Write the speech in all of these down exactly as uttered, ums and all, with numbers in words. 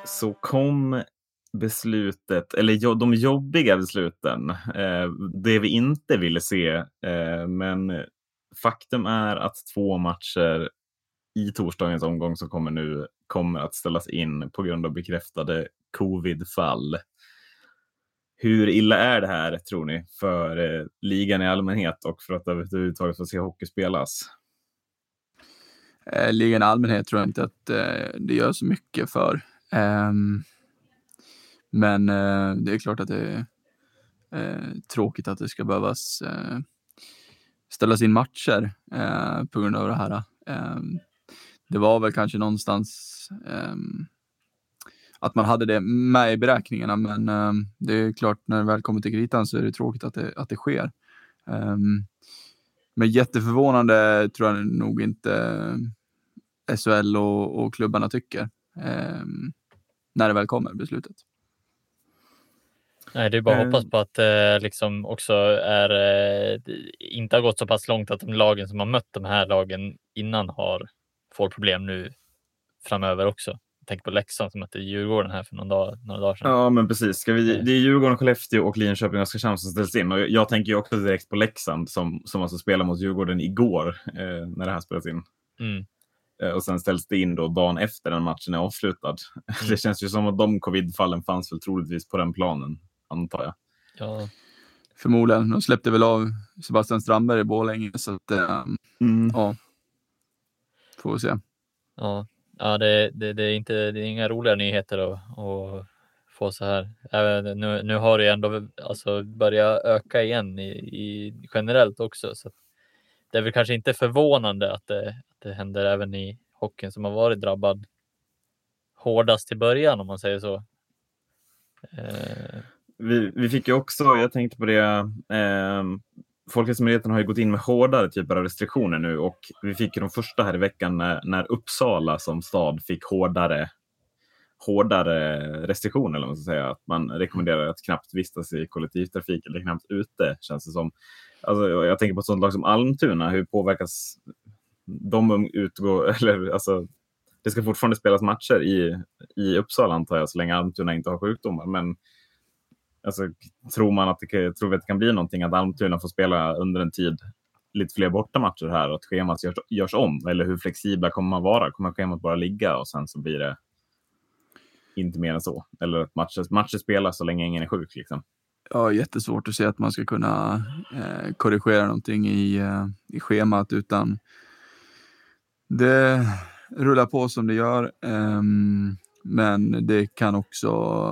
så kom beslutet, eller de jobbiga besluten, eh, det vi inte ville se. Eh, men faktum är att två matcher i torsdagens omgång som kommer nu kommer att ställas in på grund av bekräftade covid-fall. Hur illa är det här, tror ni, för eh, ligan i allmänhet och för att överhuvudtaget få se hockey spelas? Eh, ligan i allmänhet tror jag inte att eh, det gör så mycket för. Um, men eh, det är klart att det är eh, tråkigt att det ska behövas eh, ställas in matcher eh, på grund av det här. Um, det var väl kanske någonstans um, att man hade det med i beräkningarna, men um, det är klart, när det väl kommer till kritan så är det tråkigt att det, att det sker. Um, men jätteförvånande tror jag nog inte S H L och, och klubbarna tycker um, när det väl kommer beslutet. Nej, det är bara att hoppas på att eh, liksom också är eh, inte har gått så pass långt att de lagen som har mött de här lagen innan har får problem nu framöver också. Tänk på Leksand som mötte Djurgården här för någon dag, några dagar sedan. Ja, men precis. Ska vi, det är Djurgården, Skellefteå och Linköping och Oskarshamn som ställs in. Och jag tänker ju också direkt på Leksand som, som alltså spelade mot Djurgården igår eh, när det här spelas in. Mm. Eh, och sen ställs det in då dagen efter den matchen är avslutad. Mm. Det känns ju som att de covid-fallen fanns väl troligtvis på den planen, antar jag. Ja. Förmodligen. De släppte väl av Sebastian Strandberg i Borlänge, så att um, mm. ja. Får vi se. Ja. Ja, det, det, det, är inte, det är inga roliga nyheter att, att få så här. Även nu, nu har det ändå alltså börjat öka igen i, i generellt också. Så det är väl kanske inte förvånande att det, att det händer även i hockeyn som har varit drabbad hårdast i början, om man säger så. Eh. Vi, vi fick ju också, jag tänkte på det, eh, Folkhälsomyndigheten har ju gått in med hårdare typer av restriktioner nu, och vi fick ju de första här i veckan när, när Uppsala som stad fick hårdare, hårdare restriktioner, eller man ska säga, att man rekommenderar att knappt vistas i kollektivtrafik eller knappt ute, känns det som. Alltså, jag tänker på ett sånt lag som Almtuna, hur påverkas de utgå, eller alltså, det ska fortfarande spelas matcher i, i Uppsala, antar jag, så länge Almtuna inte har sjukdomar, men alltså, tror man att det, tror vi att det kan bli någonting att Almtuna får spela under en tid lite fler bortamatcher här och att schemat görs, görs om? Eller hur flexibla kommer man vara? Kommer schemat bara ligga och sen så blir det inte mer än så? Eller att matcher, matcher spelas så länge ingen är sjuk liksom? Ja, jättesvårt att se att man ska kunna eh, korrigera någonting i, eh, i schemat, utan det rullar på som det gör. Eh, men det kan också...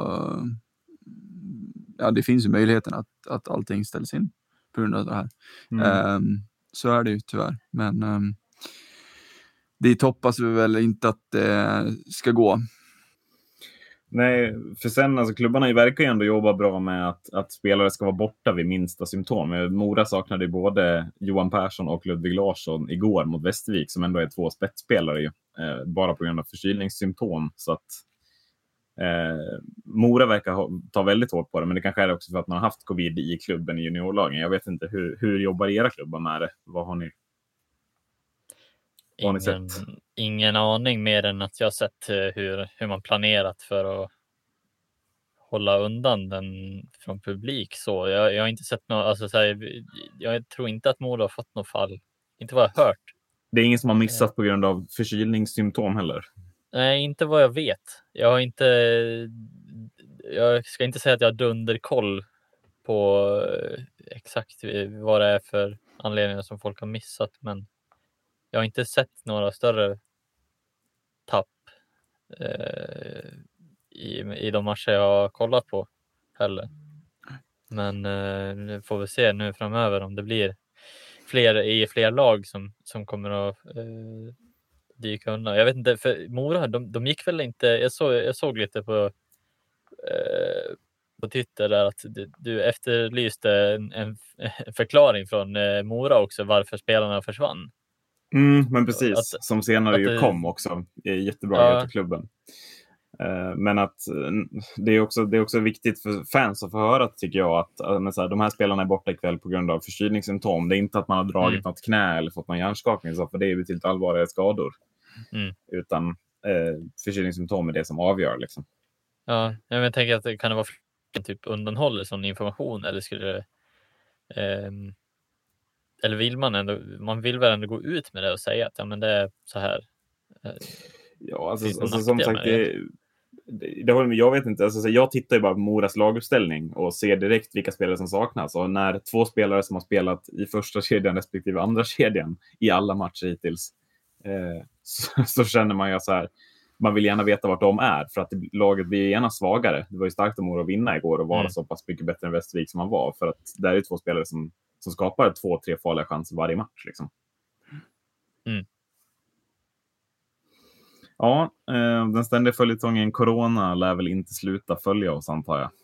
Ja, det finns ju möjligheten att, att allting ställs in på grund av det här. Mm. Um, så är det ju tyvärr. Men um, det hoppas vi väl inte att det ska gå. Nej, för sen, alltså klubbarna verkar ju ändå jobba bra med att, att spelare ska vara borta vid minsta symptom. Mora saknade ju både Johan Persson och Ludvig Larsson igår mot Västervik, som ändå är två spetsspelare ju, eh, bara på grund av förkylningssymptom. Så att Eh, Mora verkar ha, ta väldigt hårt på det, men det kanske är också för att man har haft covid i klubben i juniorlagen. Jag vet inte, hur, hur jobbar era klubbar med det? Vad har ni, vad har ni ingen, sett? Ingen aning, mer än att jag har sett hur, hur man planerat för att hålla undan den från publik. Så jag, jag har inte sett något, alltså så här, jag tror inte att Mora har fått något fall, inte vad jag har hört. Det är ingen som har missat på grund av förkylningssymptom heller? Nej, inte vad jag vet. Jag har inte, jag ska inte säga att jag har dunderkoll på exakt vad det är för anledningar som folk har missat, men jag har inte sett några större tapp eh, i, i de matcher jag har kollat på heller. Men eh, nu får vi se nu framöver om det blir fler i fler lag som, som kommer att eh, dyka undan. Jag vet inte, för Mora, de, de gick väl inte, jag såg, jag såg lite på eh, på Twitter där att du, du efterlyste en, en förklaring från eh, Mora också varför spelarna försvann. Mm, men precis, att, som senare ju det, kom också. Det är jättebra ja. För klubben. Uh, men att uh, det, är också, det är också viktigt för fans att få höra, tycker jag, att uh, så här, de här spelarna är borta ikväll på grund av förkylningssymptom. Det är inte att man har dragit mm. något knä eller fått någon hjärnskakning, så för det är betydligt allvarligare skador. Mm. Utan uh, förkylningssymptom är det som avgör liksom. Ja, jag tänker att det kan vara typ undanhåller sån information, eller skulle det, eh, eller vill man ändå, man vill väl ändå gå ut med det och säga att ja, men det är så här. Eh, ja, alltså, finns det alltså som nackdelar sagt, med det? det, det, det håller med, jag vet inte, alltså, så jag tittar ju bara på Moras laguppställning och ser direkt vilka spelare som saknas. Och när två spelare som har spelat i första kedjan respektive andra kedjan i alla matcher hittills, eh, så, så känner man ju så här, man vill gärna veta vart de är, för att det, laget blir gärna svagare. Det var ju starkt om Mora att vinna igår och vara mm. så pass mycket bättre än Västervik som man var, för att där är två spelare som, som skapar två, tre farliga chanser varje match liksom. Mm. Ja, eh, den ständiga följetongen corona lär väl inte sluta följa oss, antar jag.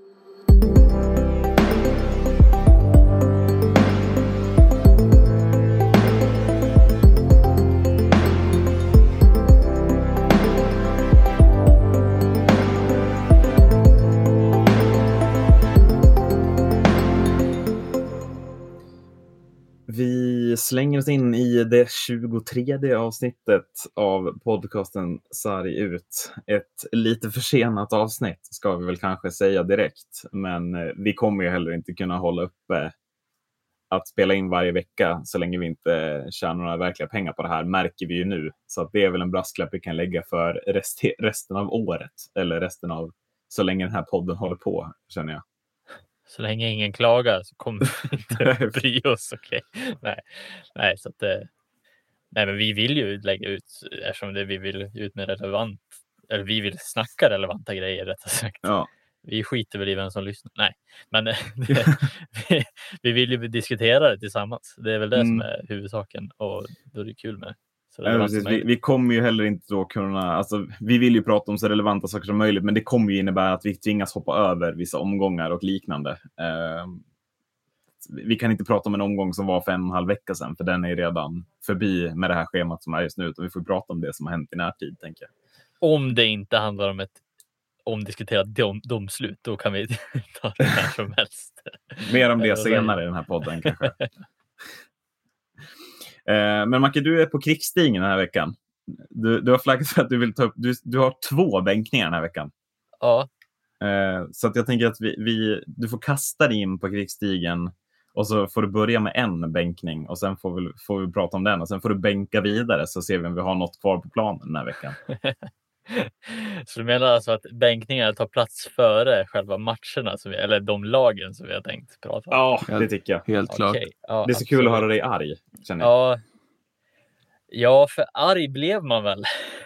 Vi slänger oss in i det tjugotredje avsnittet av podcasten Sarg ut. Ett lite försenat avsnitt ska vi väl kanske säga direkt, men vi kommer ju heller inte kunna hålla uppe att spela in varje vecka så länge vi inte tjänar några verkliga pengar på det här, märker vi ju nu. Så att det är väl en brasklapp vi kan lägga för rest, resten av året, eller resten av så länge den här podden håller på, känner jag. Så länge ingen klagar så kommer vi inte bry oss. Okej. Okay. Nej. Nej, så att, nej, men vi vill ju lägga ut, eftersom det vi vill ut med relevant, eller vi vill snacka relevanta grejer rättare sagt. Ja. Vi skiter väl i vem som lyssnar. Nej, men det, vi, vi vill ju diskutera det tillsammans. Det är väl det mm. som är huvudsaken, och då är det kul med. Så ja, precis. Vi, vi kommer ju heller inte då kunna, alltså, vi vill ju prata om så relevanta saker som möjligt, men det kommer ju innebära att vi tvingas hoppa över vissa omgångar och liknande. Uh, vi kan inte prata om en omgång som var för en och en halv vecka sedan, för den är redan förbi med det här schemat som är just nu, utan vi får prata om det som har hänt i närtid, tänker jag. Om det inte handlar om ett omdiskuterat dom, domslut, då kan vi ta det här som helst. Mer om det senare i den här podden kanske. Men Macke, du är på krigsstigen den här veckan. Du, du har flaggat för att du vill ta upp, du, du har två bänkningar den här veckan. Ja. Så att jag tänker att vi, vi, du får kasta dig in på krigsstigen och så får du börja med en bänkning och sen får vi, får vi prata om den och sen får du bänka vidare, så ser vi om vi har något kvar på planen den här veckan. Så du menar alltså att bänkningar tar plats före själva matcherna, som vi, eller de lagen som vi har tänkt prata om? Ja, det tycker jag. Helt klart. Okay. Ja, det är så absolut. Kul att höra dig arg, känner jag. Ja, ja, för arg blev man väl.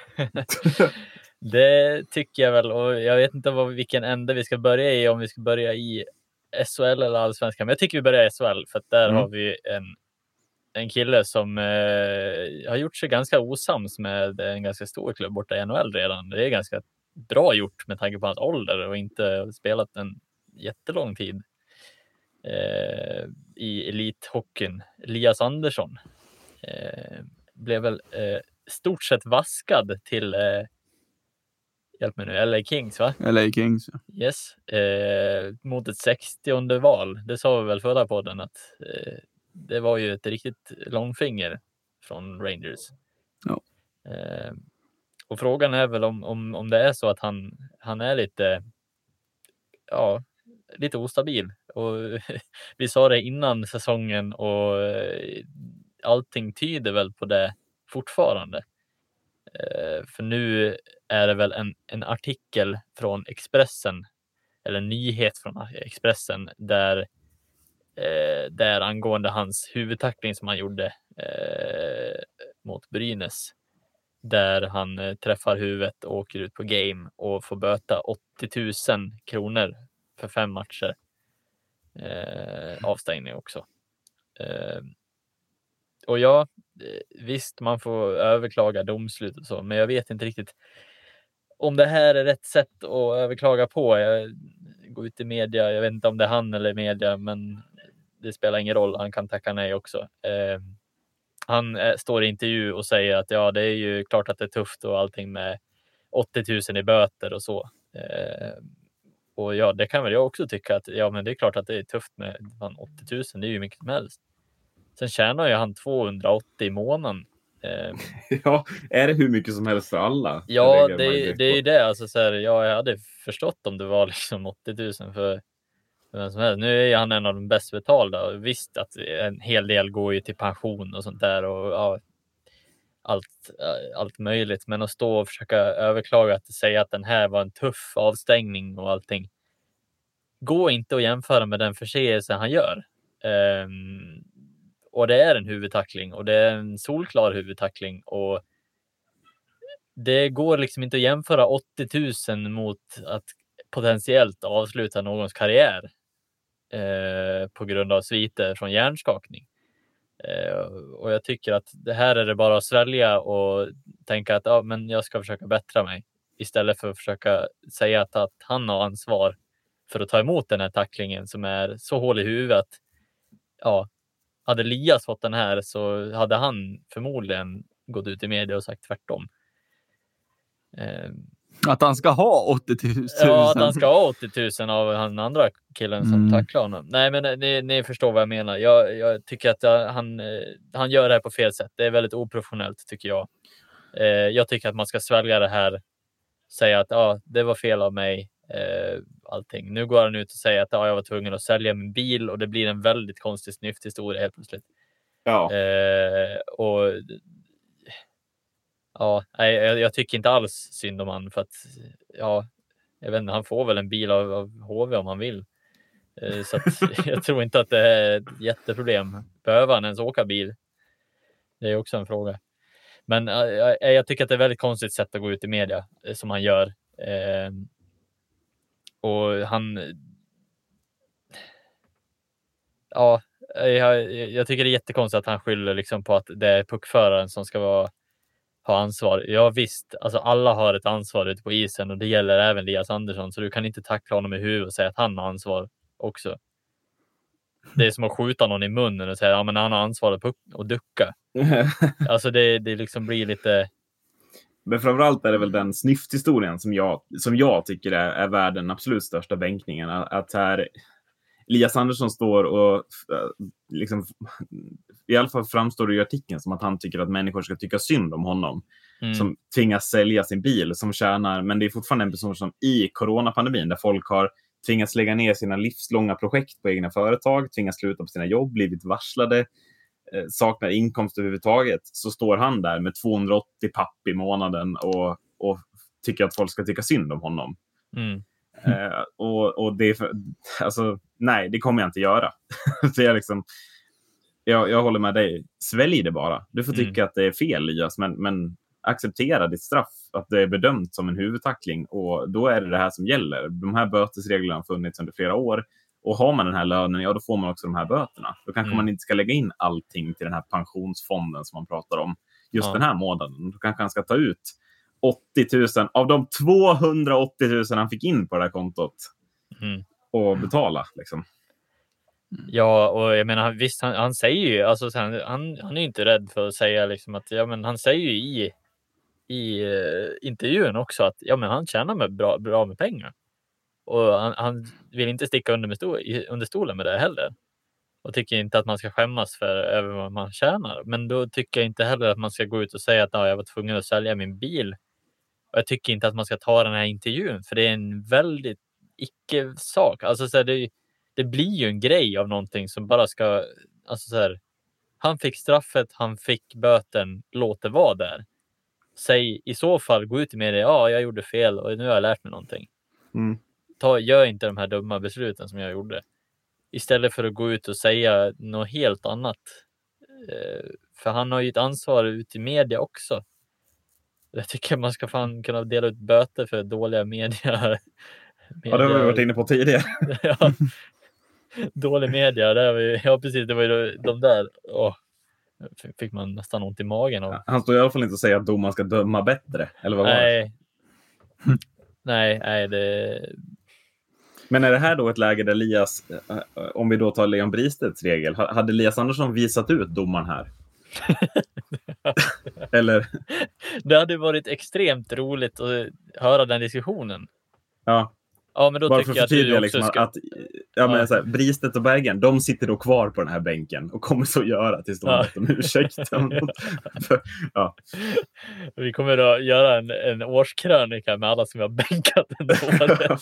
Det tycker jag väl, och jag vet inte vad, vilken ände vi ska börja i, om vi ska börja i S H L eller Allsvenskan. Men jag tycker vi börjar i S H L, för att där mm. har vi en En kille som eh, har gjort sig ganska osams med en ganska stor klubb borta i N H L redan. Det är ganska bra gjort med tanke på hans ålder och inte spelat en jättelång tid eh, i elithockeyn. Elias Andersson eh, blev väl eh, stort sett vaskad till eh, hjälp mig nu, L A Kings, va? L A Kings, ja. Yes. Eh, mot ett sextionde val. Det sa vi väl förra podden att eh, det var ju ett riktigt långfinger från Rangers. Ja. Eh, och frågan är väl om, om, om det är så att han, han är lite, ja, lite ostabil. Och vi sa det innan säsongen och allting tyder väl på det fortfarande. Eh, för nu är det väl en, en artikel från Expressen, eller en nyhet från Expressen, där Eh, där angående hans huvudtackling som han gjorde eh, mot Brynäs, där han eh, träffar huvudet och åker ut på game och får böta åttio tusen kronor för fem matcher. Eh, avstängning också. Eh, och ja, visst, man får överklaga domslut och så, men jag vet inte riktigt om det här är rätt sätt att överklaga på. Jag går ut i media, jag vet inte om det är han eller media, men det spelar ingen roll, han kan tacka nej också. Eh, han eh, står i intervju och säger att ja, det är ju klart att det är tufft och allting med åttio tusen i böter och så. Eh, och ja, det kan väl jag också tycka att ja, men det är klart att det är tufft med man, åttio tusen, det är ju mycket som helst. Sen tjänar ju han tvåhundraåttio i månaden Eh, Ja, är det hur mycket som helst för alla? ja, Det det, lägger man det är ju direkt på. det. Alltså, så här, ja, jag hade förstått om det var liksom åttio tusen för, för vem som helst. Nu är ju han en av de bäst betalda. Och visst att en hel del går ju till pension och sånt där. Och ja, allt, allt möjligt. Men att stå och försöka överklaga att säga att den här var en tuff avstängning och allting. Gå inte att jämföra med den förseelse han gör. Um, och det är en huvudtackling och det är en solklar huvudtackling och det går liksom inte att jämföra åttio tusen mot att potentiellt avsluta någons karriär eh, på grund av sviter från hjärnskakning. Eh, och jag tycker att det här är det bara att svälja och tänka att ja, men jag ska försöka bättra mig istället för att försöka säga att, att han har ansvar för att ta emot den här tacklingen som är så hål i huvudet. Ja, hade Elias fått den här så hade han förmodligen gått ut i media och sagt tvärtom. Eh, Att han ska ha åttio tusen. ja, att han ska ha åttio tusen av den andra killen som Mm. tacklar honom. Nej, men ni, ni förstår vad jag menar. Jag, jag tycker att uh, han, uh, han gör det här på fel sätt. Det är väldigt oprofessionellt tycker jag. Uh, jag tycker att man ska svälja det här. Säga att ja, det var fel av mig. Uh, allting. Nu går han ut och säger att ja, jag var tvungen att sälja min bil och det blir en väldigt konstig snyfthistoria helt plötsligt. Ja. Uh, och ja, jag, jag tycker inte alls synd om han för att ja, jag vet inte, han får väl en bil av, av H V om han vill. Uh, så att, jag tror inte att det är ett jätteproblem. Behöver han ens åka bil? Det är också en fråga. Men uh, jag, jag tycker att det är ett väldigt konstigt sätt att gå ut i media uh, som han gör. Uh, och han ja, jag, jag tycker det är jättekonstigt att han skyller liksom på att det är puckföraren som ska vara ha ansvar. Ja visst, alltså alla har ett ansvar ute på isen och det gäller även Elias Andersson, så du kan inte tackla honom i huvudet och säga att han har ansvar också. Det är som att skjuta någon i munnen och säga ja, men han har ansvar att, puck- att ducka. Alltså det, det liksom blir lite... Men framförallt är det väl den snyfthistorien som jag, som jag tycker är, är värd den absolut största bänkningen. Att här Elias Andersson står och liksom, i alla fall framstår det i artikeln som att han tycker att människor ska tycka synd om honom. Mm. Som tvingas sälja sin bil, som tjänar, men det är fortfarande en person som i coronapandemin där folk har tvingats lägga ner sina livslånga projekt på egna företag, tvingas sluta på sina jobb, blivit varslade, eh, saknar inkomst överhuvudtaget, så står han där med tvåhundraåttio papp i månaden och, och tycker att folk ska tycka synd om honom. Mm. Uh, och, och det är för, alltså, nej, det kommer jag inte göra. Så jag, liksom, jag, jag håller med dig. Svälj det bara. Du får tycka mm. att det är fel, Elias, men, men acceptera ditt straff. Att det är bedömt som en huvudtackling. Och då är det det här som gäller. De här bötesreglerna har funnits under flera år. Och har man den här lönen, ja då får man också de här böterna. Då kanske mm. man inte ska lägga in allting till den här pensionsfonden som man pratar om just ja. den här månaden. Då kanske han ska ta ut åttio tusen av de tvåhundraåttio tusen han fick in på det här kontot mm. och betala liksom. Ja, och jag menar visst, han, han säger ju alltså, han, han, han är ju inte rädd för att säga liksom att ja, men han säger ju i i uh, intervjun också att ja, men han tjänar med bra, bra med pengar och han, han vill inte sticka under, med stol, under stolen med det heller och tycker inte att man ska skämmas för över vad man tjänar, men då tycker jag inte heller att man ska gå ut och säga att ja, jag var tvungen att sälja min bil. Och jag tycker inte att man ska ta den här intervjun för det är en väldigt icke-sak. Alltså så här, det, det blir ju en grej av någonting som bara ska... Alltså så här, han fick straffet, han fick böten, låt det vara där. Säg i så fall, gå ut med det. Ja, jag gjorde fel och nu har jag lärt mig någonting. Mm. Ta, gör inte de här dumma besluten som jag gjorde. Istället för att gå ut och säga något helt annat. Eh, för han har ju ett ansvar ut i media också. Jag tycker man ska fan kunna dela ut böter för dåliga media. media. Ja, det har vi varit inne på tidigare. Ja, dålig media. Där vi, ja, precis. Det var ju de där. Åh, fick man nästan ont i magen av. Han står i alla fall inte och säger att domaren ska döma bättre. Eller vad var nej. det? nej, nej, det... Men är det här då ett läge där Elias, om vi då tar Leon Bristedts regel, hade Elias Andersson visat ut domaren här? Eller? Det hade varit extremt roligt att höra den diskussionen. Ja. Ja, men då Bara tycker för jag att att du förtydliga också liksom ska... att ja, men Ja. så här, Bristet och Bergen, de sitter då kvar på den här bänken och kommer så göra tills de har Ja. bett om ursäkt. Ja. Vi kommer att göra en, en årskrönika med alla som har bänkat under året.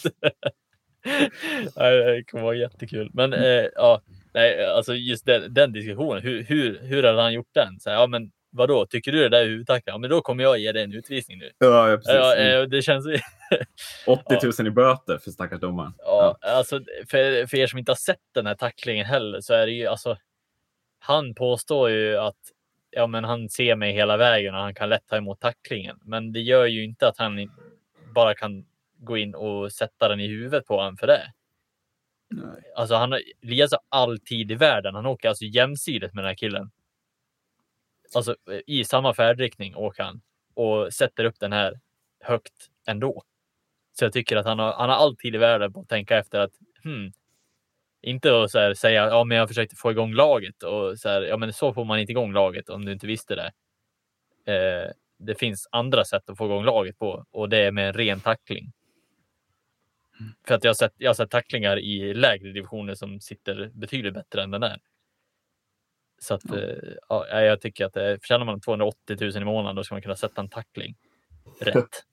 Nej, det kommer vara jättekul. Men eh, ja, nej, alltså just den, den diskussionen, hur, hur, hur hade han gjort den? Så här, ja, men vadå, tycker du det där är huvudtackling? Ja, men då kommer jag ge dig en utvisning nu. Ja, ja, precis. Ja, eh, det känns... åttio tusen i böter för stackars domaren. Ja, ja, alltså för, för er som inte har sett den här tacklingen heller så är det ju alltså, han påstår ju att ja, men han ser mig hela vägen och han kan lätt ta emot tacklingen. Men det gör ju inte att han bara kan gå in och sätta den i huvudet på honom för det. Nej. Alltså han har Elias har all tid i världen. Han åker alltså jämsides med den här killen. Alltså i samma färdriktning åker han och sätter upp den här högt ändå. Så jag tycker att han har, han har all tid i världen på att tänka efter att hmm, inte att så här säga ja, men jag försökte få igång laget och så här, ja, men så får man inte igång laget om du inte visste det. Eh, det finns andra sätt att få igång laget på och det är med en ren tackling. Mm. För att jag har sett jag har sett tacklingar i lägre divisioner som sitter betydligt bättre än den där. Så att ja. Eh, ja, jag tycker att eh, förtjänar man tvåhundraåttio tusen i månaden då ska man kunna sätta en tackling rätt.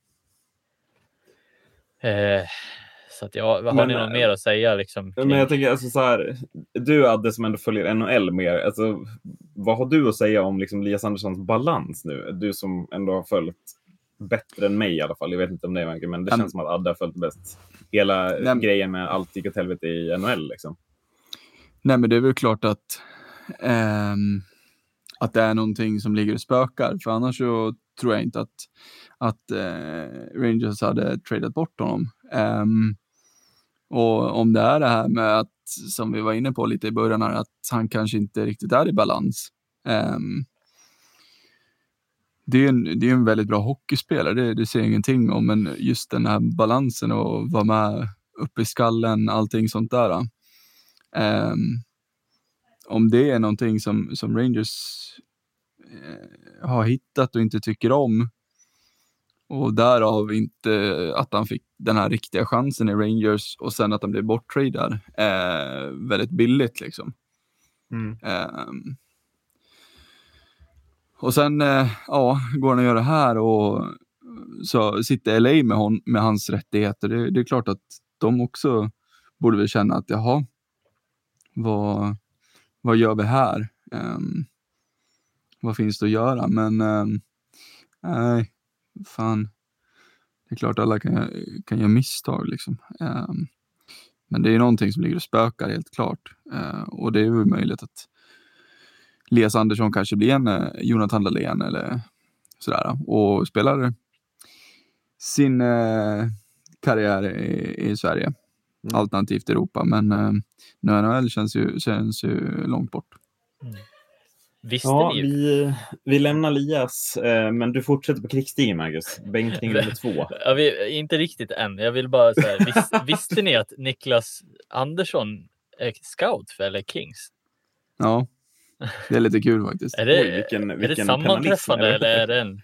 Eh, så att ja, har men, ni något mer att säga liksom? Kring... Men jag tänker alltså så här, du Adde som ändå följer N H L mer, alltså vad har du att säga om liksom Elias Anderssons balans nu? Du som ändå har följt bättre än mig i alla fall. Jag vet inte om det är men det känns um, som att Adde har följt bäst. Hela nej, grejen med allt gick åt helvete i N H L liksom. Nej, men det är väl klart att ähm, att det är någonting som ligger och spökar, för annars så tror jag inte att att äh, Rangers hade tradat bort honom. Um, och om det är det här med att, som vi var inne på lite i början här, att han kanske inte riktigt är i balans. Um, det är en, det är en väldigt bra hockeyspelare, det, det ser jag ingenting om, men just den här balansen och vara med uppe i skallen, allting sånt där. Um, om det är någonting som, som Rangers eh, har hittat och inte tycker om, och därav inte att han fick den här riktiga chansen i Rangers och sen att han blev borttradad eh, väldigt billigt liksom. Mm. Eh, och sen eh, ja, går han att göra det här och så sitter L A med, hon, med hans rättigheter. Det, det är klart att de också borde väl känna att jaha, vad, vad gör vi här? Eh, vad finns det att göra? Men eh, nej, fan. Det är klart att alla kan, kan göra misstag liksom. Um, men det är någonting som ligger och spökar helt klart. Uh, och det är ju möjligt att Elias Andersson kanske blir en uh, Jonathan Dahlén eller sådär. Och spelar sin uh, karriär i, i Sverige. Mm. Alternativt Europa. Men uh, nu N H L känns ju, känns ju långt bort. Mm. Visste ja, ni? Vi, vi lämnar Elias, eh, men du fortsätter på krigsstigen, Marcus. Bänkning nummer två. Ja, vi, inte riktigt än. Jag vill bara säga, vis, visste ni att Niklas Andersson är scout för L A Kings? Ja, det är lite kul faktiskt. Är det, Oj, vilken, vilken är det sammanträffande eller? eller är det en...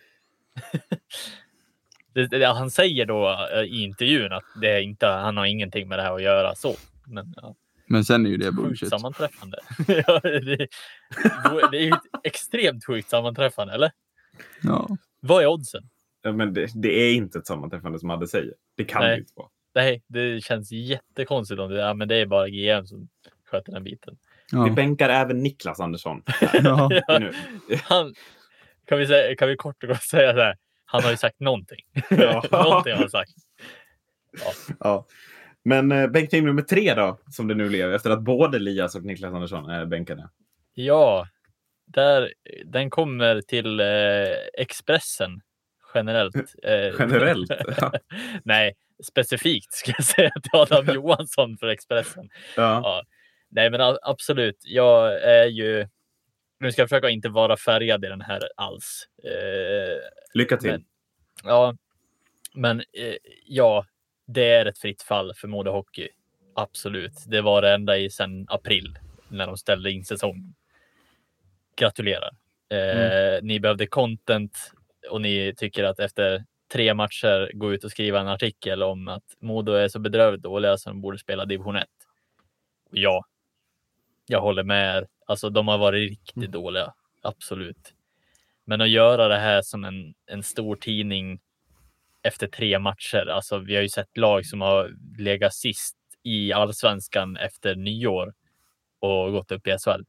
det, det, han säger då i intervjun att det är inte, han har ingenting med det här att göra så. Men, ja. Men sen är ju det bullshit. Sjukt sammanträffande. Ja, det, det är ju ett extremt sjukt sammanträffande, eller? Ja. Vad är oddsen? Ja, men det, det är inte ett sammanträffande som Adde säger. Det kan Nej. det inte vara. Nej, det känns jättekonstigt om det är, men det är bara G M som sköter den biten. Ja. Vi bänkar även Niklas Andersson. Ja. Ja, han, kan, vi säga, kan vi kort och gott säga så här, han har ju sagt någonting. Ja. Någonting har han sagt. Ja. Ja. Men eh, bänkning nummer tre då, som det nu lever, efter att både Elias och Niklas Andersson är bänkade. Ja, där, den kommer till eh, Expressen generellt. Eh, generellt? Ja. Nej, specifikt ska jag säga till Adam Johansson för Expressen. Ja. Ja. Nej, men absolut. Jag är ju... Nu ska jag försöka inte vara färgad i den här alls. Eh, Lycka till. Men, ja, men eh, ja, det är ett fritt fall för Modo Hockey. Absolut. Det var det enda i sedan april när de ställde in säsongen. Gratulerar. Eh, mm. Ni behövde content och ni tycker att efter tre matcher gå ut och skriva en artikel om att Modo är så bedrövligt dåliga som de borde spela division ett. Och ja, jag håller med. Alltså de har varit riktigt mm. dåliga, absolut. Men att göra det här som en, en stor tidning efter tre matcher, alltså vi har ju sett lag som har legat sist i allsvenskan efter nyår och gått upp i S H L.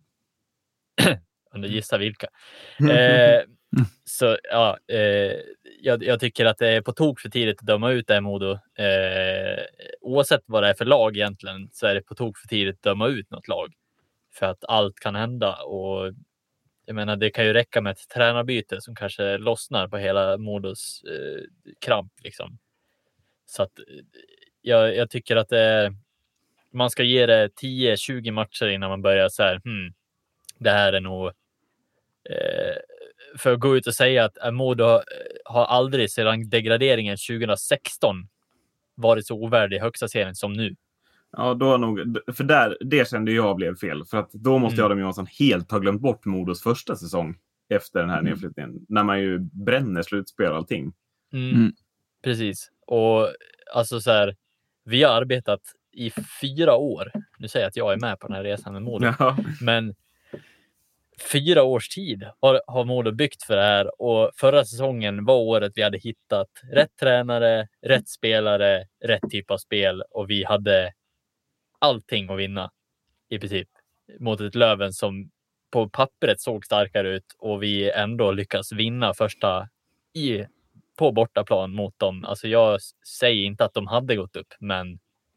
Under gissa vilka. Eh, så ja, eh, jag, jag tycker att det är på tok för tidigt att döma ut det här Modo. Eh, oavsett vad det är för lag egentligen så är det på tok för tidigt att döma ut något lag. För att allt kan hända och jag menar det kan ju räcka med ett tränarbyte som kanske lossnar på hela Modos eh, kramp liksom. Så att jag, jag tycker att det, man ska ge det tio tjugo matcher innan man börjar så här, hmm, det här är nog eh, för att gå ut och säga att Modo har, har aldrig sedan degraderingen tjugo sexton varit så ovärdig i högsta serien som nu. Ja, då nog, för där, det kände jag blev fel. För att då måste mm. jag och Johansson helt ha glömt bort Modos första säsong efter den här mm. nedflyttningen. När man ju bränner slutspel och allting. Mm. Mm. Precis. Och alltså så här, vi har arbetat i fyra år. Nu säger jag att jag är med på den här resan med Modo. Ja. Men fyra års tid har, har Modo byggt för det här. Och förra säsongen var året vi hade hittat rätt tränare, rätt spelare, rätt typ av spel. Och vi hade allting att vinna i princip mot ett Löven som på pappret såg starkare ut och vi ändå lyckas vinna första i, på bortaplan mot dem. Alltså jag säger inte att de hade gått upp, men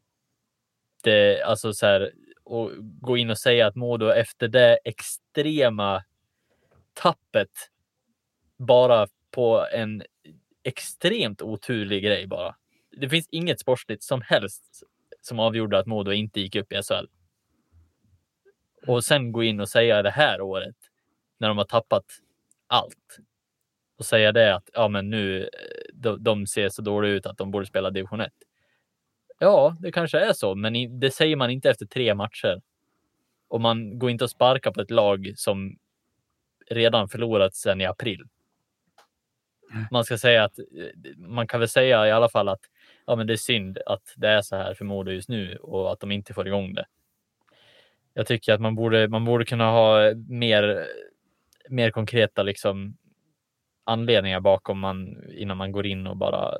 det, alltså så här, och gå in och säga att Modo efter det extrema tappet bara på en extremt oturlig grej bara. Det finns inget sportsligt som helst som avgjorde att Modo inte gick upp i S H L. Och sen gå in och säga det här året när de har tappat allt och säga det att ja men nu de, de ser så dåligt ut att de borde spela division ett. Ja, det kanske är så, men i, det säger man inte efter tre matcher. Och man går inte och sparkar på ett lag som redan förlorat sedan i april. Man ska säga att man kan väl säga i alla fall att ja, men det är synd att det är så här för Modo just nu och att de inte får igång det. Jag tycker att man borde, man borde kunna ha mer, mer konkreta liksom, anledningar bakom man, innan man går in och bara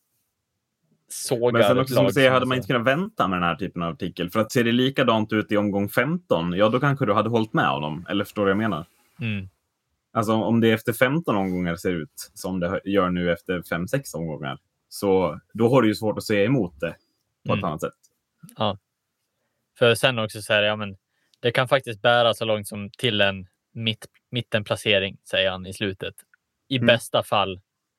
sågar. Men sen också som du säger, hade man inte kunnat vänta med den här typen av artikel? För att ser det likadant ut i omgång femton, ja då kanske du hade hållit med honom. Eller förstår du vad jag menar? Mm. Alltså om det efter femton omgångar ser ut som det gör nu efter fem sex omgångar, så då har du ju svårt att säga emot det på mm. ett annat sätt. Ja. För sen också så här, ja men det kan faktiskt bära så långt som till en mitt, mittenplacering, säger han i slutet. I mm. bästa fall.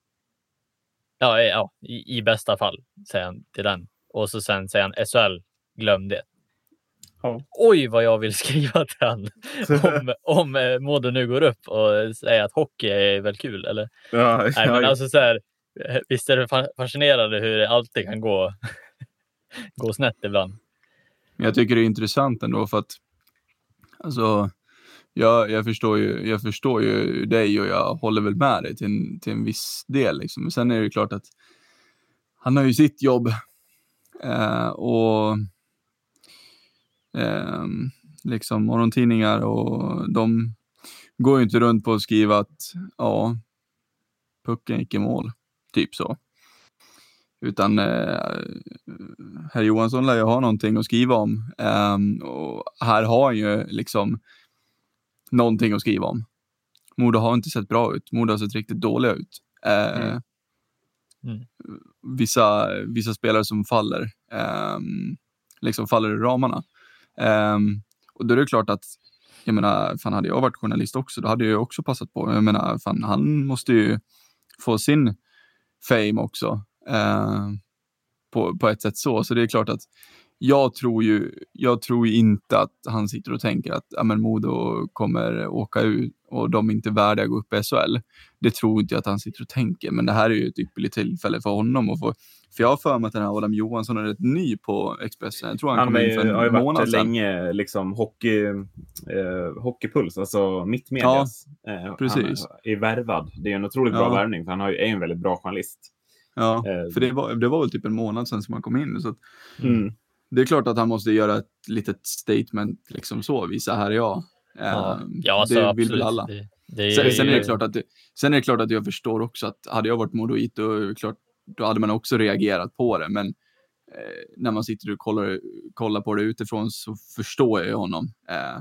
Ja, ja i, i bästa fall, säger han till den. Och så sen säger han S H L, glöm det. Ja. Oj, vad jag vill skriva till han om, om eh, Modo nu går upp och säger att hockey är väl kul, eller? Ja, Nej, ja, men ja. Alltså så här, visst är det fascinerande hur det alltid kan gå, gå snett ibland. Jag tycker det är intressant ändå för att alltså, jag, jag, förstår ju, jag förstår ju dig och jag håller väl med dig till en, till en viss del. Liksom. Men sen är det ju klart att han har ju sitt jobb eh, och eh, liksom morgontidningar och de går ju inte runt på att skriva att ja, pucken gick i mål. Typ så. Utan eh, herr Johansson lär ju ha någonting att skriva om. Eh, och här har han ju liksom någonting att skriva om. Modo har inte sett bra ut. Modo har sett riktigt dåliga ut. Eh, mm. Mm. Vissa, vissa spelare som faller. Eh, liksom faller i ramarna. Eh, och då är det klart att jag menar, fan hade jag varit journalist också, då hade jag också passat på. Jag menar, fan han måste ju få sin fame också. Uh, på, på ett sätt så. Så det är klart att jag tror ju jag tror ju inte att han sitter och tänker att ja, men Modo kommer åka ut och de är inte värda att gå upp i S H L. Det tror inte jag att han sitter och tänker, men det här är ju ett ypperligt tillfälle för honom att få, för jag har för mig att den här Adam Johansson är rätt ny på Expressen. Jag tror han, han kom in för en har ju månad varit sedan. länge liksom hockey eh, hockeypuls, alltså mittmedias. Ja, eh, precis. Han är värvad. Det är en otroligt Ja. bra värvning, för han har ju, är en väldigt bra journalist. Ja, eh, för det var, det var väl typ en månad sedan som han kom in, så att, mm. det är klart att han måste göra ett litet statement liksom så, visa här är jag. Ja, Eh, ja alltså, det vill absolut. väl alla. Det, det är sen, ju... sen, är det klart att det, sen är det klart att jag förstår också att hade jag varit Modoit, då, klart, då hade man också reagerat på det. Men eh, när man sitter och kollar, kollar på det utifrån så förstår jag honom eh,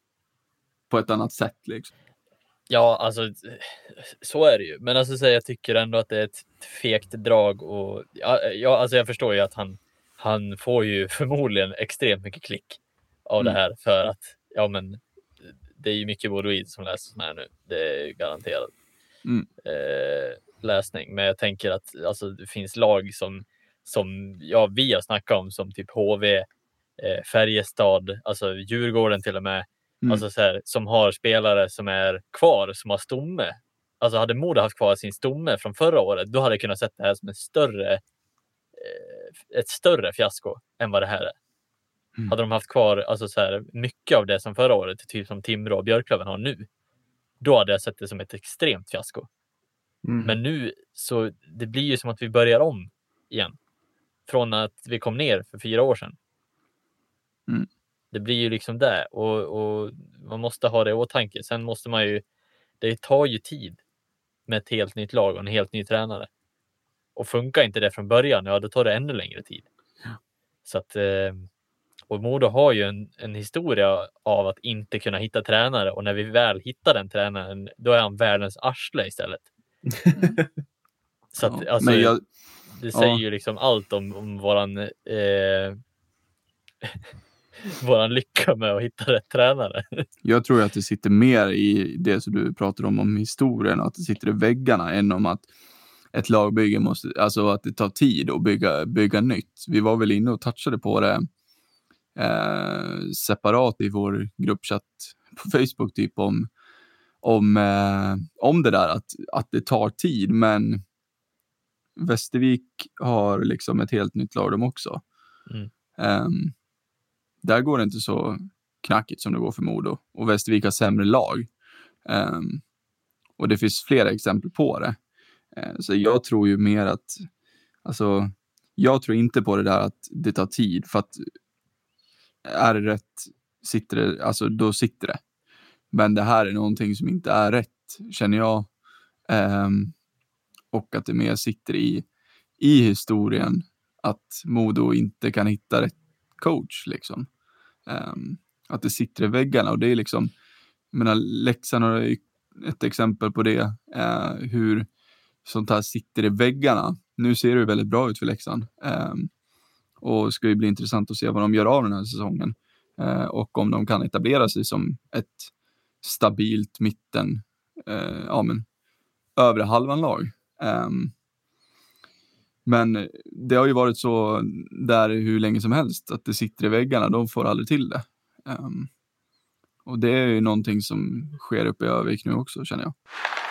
på ett annat sätt. Liksom. Ja, alltså så är det ju. Men alltså, så jag tycker ändå att det är ett fegt drag. Och, ja, ja, alltså jag förstår ju att han, han får ju förmodligen extremt mycket klick av mm. det här. För att ja, men det är ju mycket Modoid som läses med nu. Det är ju garanterat mm. eh, läsning. Men jag tänker att alltså, det finns lag som, som ja, vi har snackat om, som typ H V, eh, Färjestad, alltså Djurgården till och med. Mm. Alltså så här, som har spelare som är kvar, som har stomme. Alltså hade Modo haft kvar sin stomme från förra året, då hade jag kunnat sätta det här som en större, eh, ett större fiasko än vad det här är. Mm. Hade de haft kvar alltså så här, mycket av det som förra året, typ som Timrå och Björklöven har nu, då hade jag sett det som ett extremt fiasko. Mm. Men nu så det blir ju som att vi börjar om igen. Från att vi kom ner för fyra år sedan. Mm. Det blir ju liksom det. Och, och man måste ha det i åtanke. Sen måste man ju, det tar ju tid med ett helt nytt lag och en helt ny tränare. Och funkar inte det från början, ja då tar det ännu längre tid. Ja. Så att, och Modo har ju en, en historia av att inte kunna hitta tränare. Och när vi väl hittar den tränaren, då är han världens arsle istället. Så att, ja, alltså, men jag, det säger ja. ju liksom allt om, om våran eh, våran lycka med att hitta rätt tränare. Jag tror att det sitter mer i det som du pratar om, om historien, att det sitter i väggarna än om att ett lagbygge måste, alltså att det tar tid att bygga, bygga nytt. Vi var väl inne och touchade på det eh, separat i vår gruppchatt på Facebook typ om om, eh, om det där att, att det tar tid, men Västervik har liksom ett helt nytt lag de också. Mm. Um, där går det inte så knackigt som det går för Modo. Och Västervik har sämre lag. Um, och det finns flera exempel på det. Uh, så jag tror ju mer att, alltså, jag tror inte på det där att det tar tid. För att är det rätt, sitter det, alltså då sitter det. Men det här är någonting som inte är rätt, känner jag. Um, och att det mer sitter i, i historien att Modo inte kan hitta rätt coach. Liksom. Um, att det sitter i väggarna. Och det är liksom, jag menar, Leksand har ett exempel på det. Uh, hur sånt här sitter i väggarna. Nu ser det väldigt bra ut för Leksand. Um, och ska ju bli intressant att se vad de gör av den här säsongen. Uh, och om de kan etablera sig som ett stabilt mitten, uh, ja men övre halvan lag. Um, men det har ju varit så där hur länge som helst att det sitter i väggarna, de får aldrig till det. Um, och det är ju någonting som sker uppe i Övik nu också, känner jag.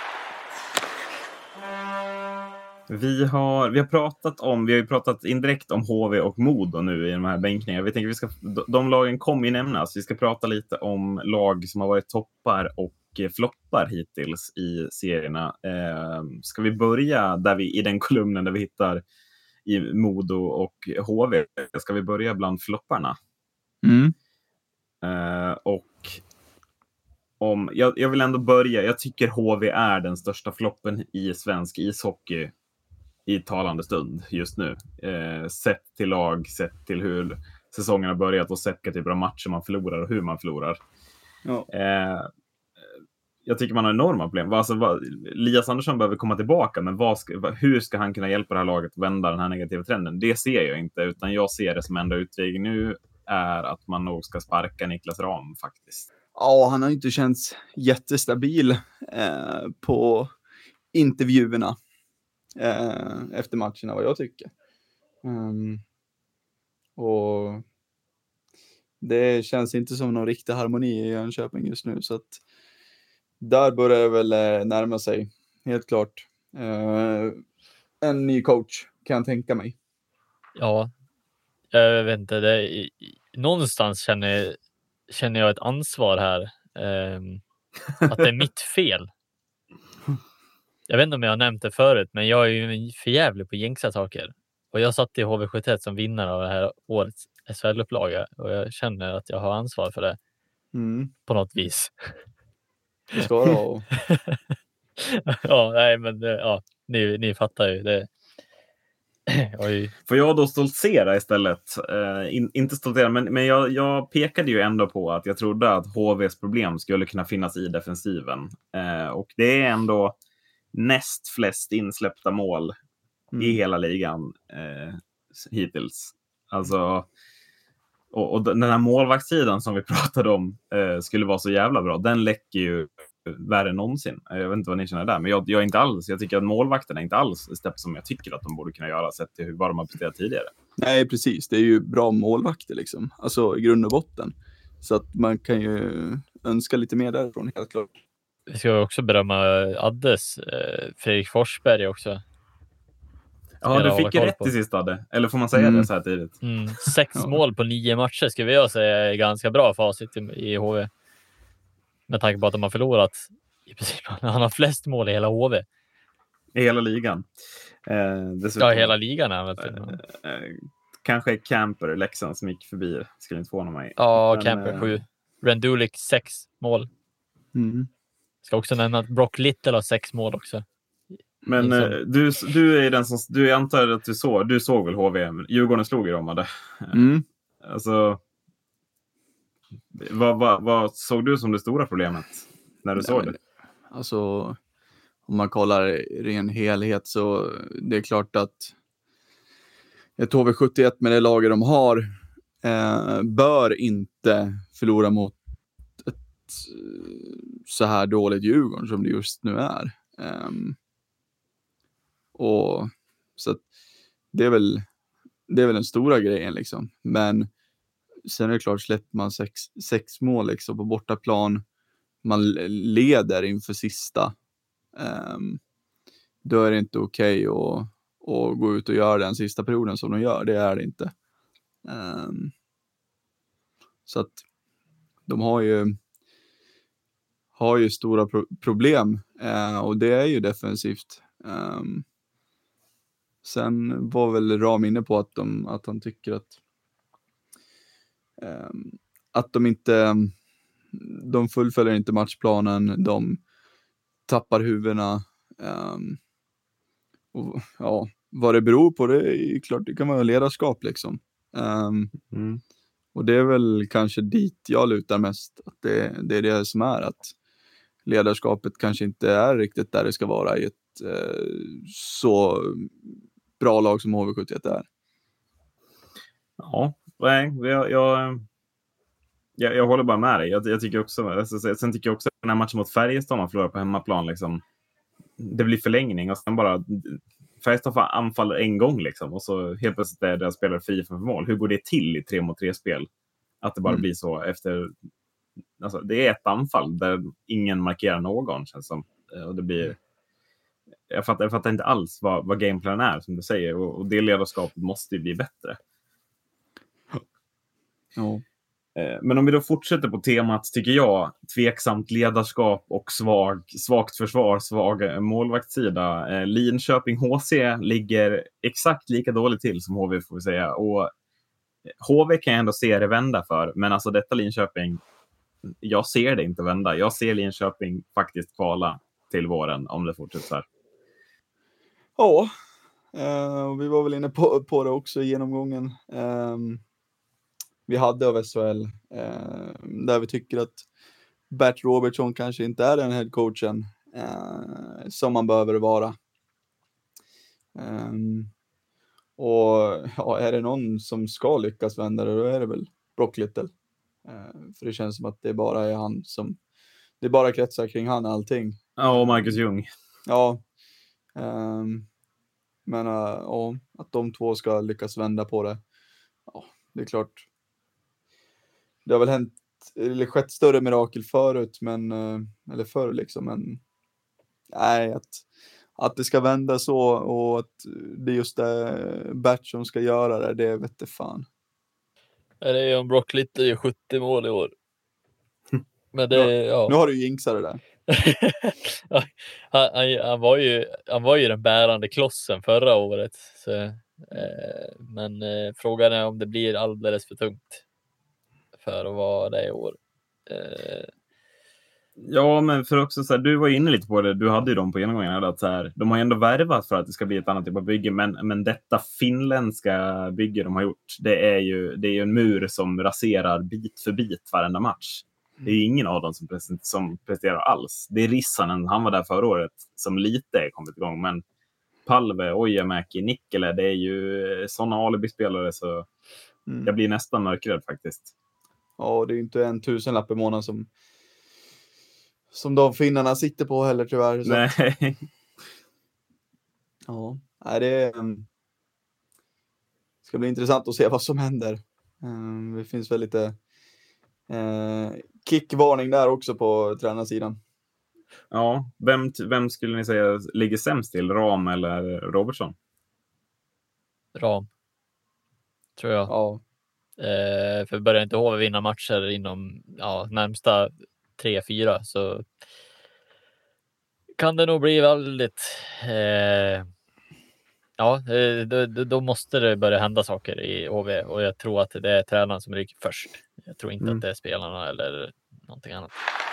Vi har, vi har pratat om, vi har ju pratat indirekt om H V och Modo nu i de här bänkningarna. Vi tänker vi ska, de lagen kommer ju nämnas. Vi ska prata lite om lag som har varit toppar och floppar hittills i serierna. Eh, ska vi börja där vi, i den kolumnen där vi hittar i Modo och H V? Ska vi börja bland flopparna? Mm. Eh, och om, jag, jag vill ändå börja. Jag tycker H V är den största floppen i svensk ishockey i talande stund just nu. Eh, sett till lag, sett till hur säsongen har börjat och sett vilka typer av matcher man förlorar och hur man förlorar. Ja. Eh, jag tycker man har enorma problem. Alltså, vad, Elias Andersson behöver komma tillbaka, men vad ska, hur ska han kunna hjälpa det här laget att vända den här negativa trenden? Det ser jag inte, utan jag ser det som enda utväg nu är att man nog ska sparka Niklas Ram faktiskt. Ja, han har inte känts jättestabil eh, på intervjuerna eh, efter matcherna, vad jag tycker. Um, Och det känns inte som någon riktig harmoni i Jönköping just nu. Så att där börjar det väl eh, närma sig, helt klart. Eh, en ny coach kan jag tänka mig. Ja, jag vet inte. Det är, i- någonstans känner, känner jag ett ansvar här. ehm, att det är mitt fel. Jag vet inte om jag har nämnt det förut, men jag är ju för jävlig på att jinxa saker. Och jag satt i H V sjuttioett som vinnare av det här årets S H L-upplaga och jag känner att jag har ansvar för det Mm. på något vis. Det ska det vara. Ja, nej, men det- ja, ni, ni fattar ju det. Oj. Får jag då stoltsera istället? Eh, in, inte stoltsera, men, men jag, jag pekade ju ändå på att jag trodde att H V:s problem skulle kunna finnas i defensiven. Eh, och det är ändå näst flest insläppta mål Mm. i hela ligan eh, hittills. Alltså, och, och den här målvaktssidan som vi pratade om eh, skulle vara så jävla bra. Den läcker ju värre än någonsin. Jag vet inte vad ni känner där, men jag, jag är inte alls. Jag tycker att målvakterna är inte alls stepp som jag tycker att de borde kunna göra sett till hur, vad de har presterat tidigare. Nej, precis. Det är ju bra målvakter liksom. Alltså i grund och botten. Så att man kan ju önska lite mer därifrån, helt klart. Vi ska också berömma Addes, eh, Fredrik Forsberg också. Ja, Spelare du att fick ju hålla rätt koll i på. sista det. Eller får man säga Mm. det så här tidigt? Mm, sex Ja. mål på nio matcher skulle jag säga är ganska bra facit i, i H V. Med tanke på att de har förlorat i princip. Han har flest mål i hela H V. I hela ligan. Eh, dessutom, Ja, hela ligan är han väl till. eh, eh, kanske Camper, Leksand, som gick förbi. Skulle inte förvåna mig. Ja, Men, Camper eh, sju. Rendulic sex mål. Mm. Ska också nämna att Brock Little har sex mål också. Men Liksom. eh, du, du är den som... Du antar att du såg... Du såg väl H V? Djurgården slog ju dem, hade. Mm. Alltså... Vad, vad, vad såg du som det stora problemet när du Nej, såg men- det? Alltså, om man kollar i ren helhet så det är klart att ett H V sjuttioett med det laget de har eh, bör inte förlora mot ett eh, så här dåligt Djurgården som det just nu är. Ehm, och så att det är väl det är väl den stora grejen liksom. Men sen är det klart, släpper man sex, sex mål liksom på bortaplan, man leder inför sista, um, då är det inte okej okay att, att gå ut och göra den sista perioden som de gör. Det är det inte. Um, så att de har ju har ju stora pro- problem uh, och det är ju defensivt. Um, sen var väl Ram inne på att, de, att han tycker att um, att de inte de fullföljer inte matchplanen, de tappar huvudena. Um, och, ja, vad det beror på, det är klart, det kan vara ledarskap liksom. Um, Mm. och det är väl kanske dit jag lutar mest, att det, det är det som är att ledarskapet kanske inte är riktigt där det ska vara i ett eh, så bra lag som H V sjuttioett är. Ja, nej, jag, jag, jag, jag håller bara med dig. Jag, jag tycker också, alltså, sen tycker jag också att den här matchen mot Färjestad man förlorar på hemmaplan, liksom, det blir förlängning och sen bara Färjestad anfaller en gång liksom, och så helt plötsligt är deras spelare fri för mål. Hur går det till i tre mot tre spel? Att det bara Mm. blir så efter... Alltså, det är ett anfall där ingen markerar någon, känns som. Och det blir... Jag fattar, jag fattar inte alls vad, vad gameplanen är, som du säger. Och, och det ledarskapet måste ju bli bättre. Ja. Men om vi då fortsätter på temat, tycker jag, tveksamt ledarskap och svag, svagt försvar, svag målvaktssida. Eh, Linköping H C ligger exakt lika dåligt till som H V, får vi säga. Och H V kan jag ändå se det vända för, men alltså detta Linköping, jag ser det inte vända. Jag ser Linköping faktiskt kvala till våren om det fortsätter så här. Ja, eh, och vi var väl inne på, på det också i genomgången. Um, vi hade av S H L, eh, där vi tycker att Bert Robertson kanske inte är den headcoachen eh, som man behöver vara. Um, och ja, är det någon som ska lyckas vända det, då är det väl Brock Little. Eh, för det känns som att det bara är han som, det bara kretsar kring han allting. Ja, och Marcus Ljung. Ja, um, men uh, ja, att de två ska lyckas vända på det. Ja, det är klart. Det har väl hänt, eller skett större mirakel förut, men, eller förr liksom, men nej, att, att det ska vända så och att det är just det Bert som ska göra det, det vet det fan. Det är ju om Brock Little sjuttio mål i år. Men det, ja, ja. Nu har du ju jinxat det där. han, han, han, var ju, han var ju den bärande klossen förra året. Så, eh, men eh, frågan är om det blir alldeles för tungt för att vara det i år. Eh, Ja, men för också så här, du var inne lite på det, du hade ju dem på genomgången, att så här, de har ändå värvat för att det ska bli ett annat typ av bygge, men, men detta finländska bygge de har gjort, det är ju det är ju en mur som raserar bit för bit varenda match. Det är ju ingen av dem som, present, som presterar alls. Det är Rissanen, han var där förra året, som lite kommit igång, men Palve, Ojamäki, Nikkele, det är ju sådana alibi-spelare så mm. jag blir nästan mörkrädd faktiskt. Ja, det är ju inte en tusenlapp i månaden som som de finnarna sitter på heller tyvärr. Så. Nej. Ja, det um, ska bli intressant att se vad som händer. Um, det finns väl lite uh, kickvarning där också på tränarsidan. Ja, vem, vem skulle ni säga ligger sämst till? Ram eller Robertson? Ram. Tror jag. Ja. Eh, för börjar inte H V vinna matcher inom ja, närmsta tre fyra så kan det nog bli väldigt eh, ja, då, då måste det börja hända saker i H V och jag tror att det är tränaren som ryker först. Jag tror inte mm. att det är spelarna eller någonting annat.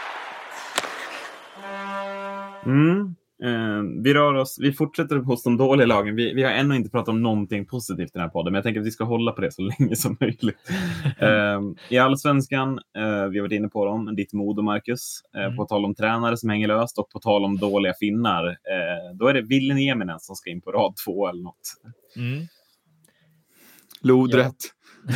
Mm. Eh, vi rör oss, vi fortsätter hos de dåliga lagen. Vi, vi har ännu inte pratat om någonting positivt i den här podden, men jag tänker att vi ska hålla på det så länge som möjligt. eh, I Allsvenskan, eh, vi har varit inne på dem, ditt Modo, Marcus, eh, mm. på tal om tränare som hänger löst och på tal om dåliga finnar. Eh, då är det Ville Nieminen som ska in på rad två eller något. Mm. Lodrätt.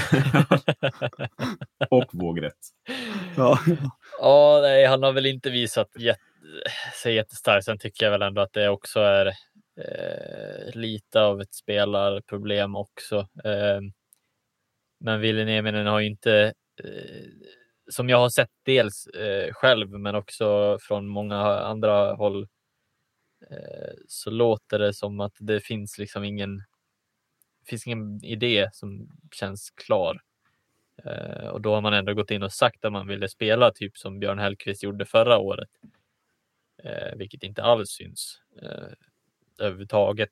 och vågrätt. Ja, ja nej, han har väl inte visat jätte sig jättestarkt. Sen tycker jag väl ändå att det också är eh, lite av ett spelarproblem också. Eh, men Ville Nieminen har ju inte, eh, som jag har sett dels eh, själv, men också från många andra håll, eh, så låter det som att det finns liksom ingen, finns ingen idé som känns klar. Eh, och då har man ändå gått in och sagt att man ville spela typ som Björn Hellkvist gjorde förra året. Eh, vilket inte alls syns eh, överhuvudtaget.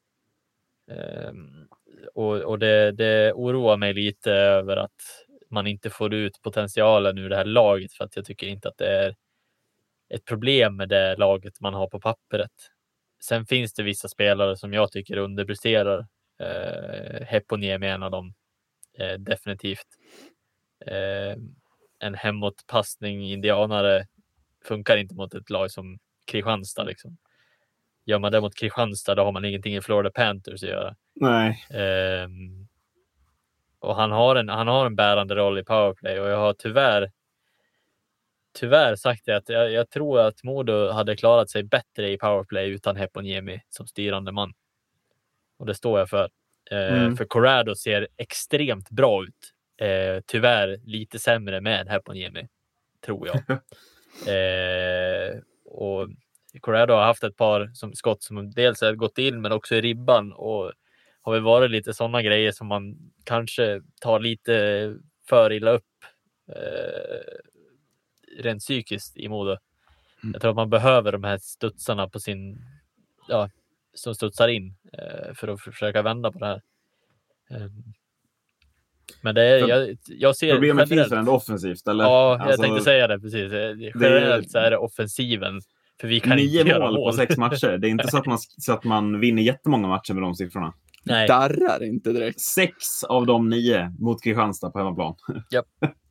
Eh, och och det, det oroar mig lite över att man inte får ut potentialen ur det här laget, för att jag tycker inte att det är ett problem med det laget man har på pappret. Sen finns det vissa spelare som jag tycker underpresterar. Eh, Heponiemi är en av dem, eh, definitivt. Eh, en hemåtpassning indianare funkar inte mot ett lag som Kristianstad liksom. Gör man det mot Kristianstad, då har man ingenting i Florida Panthers att göra. Nej. Um, och han har en han har en bärande roll i powerplay, och jag har tyvärr tyvärr sagt det att jag, jag tror att Modo hade klarat sig bättre i powerplay utan Heponiemi som styrande man. Och det står jag för. Uh, mm. För Corrado ser extremt bra ut. Uh, tyvärr lite sämre med Heponiemi, tror jag. uh, och Corrado har haft ett par som skott som dels har gått in men också i ribban, och har väl varit lite sådana grejer som man kanske tar lite för illa upp eh, rent psykiskt i Modo. Mm. Jag tror att man behöver de här studsarna på sin, ja, som studsar in eh, för att försöka vända på det här. Um, men det är, jag, jag ser problemet finns väl ändå offensivt, eller? Ja, jag alltså, tänkte säga det precis. Generellt så är det offensiven. För vi kan nio inte mål, mål på sex matcher. Det är inte så att man, så att man vinner jättemånga matcher med de siffrorna. Nej. Darrar inte direkt. Sex av de nio mot Kristianstad på hemmaplan. Japp.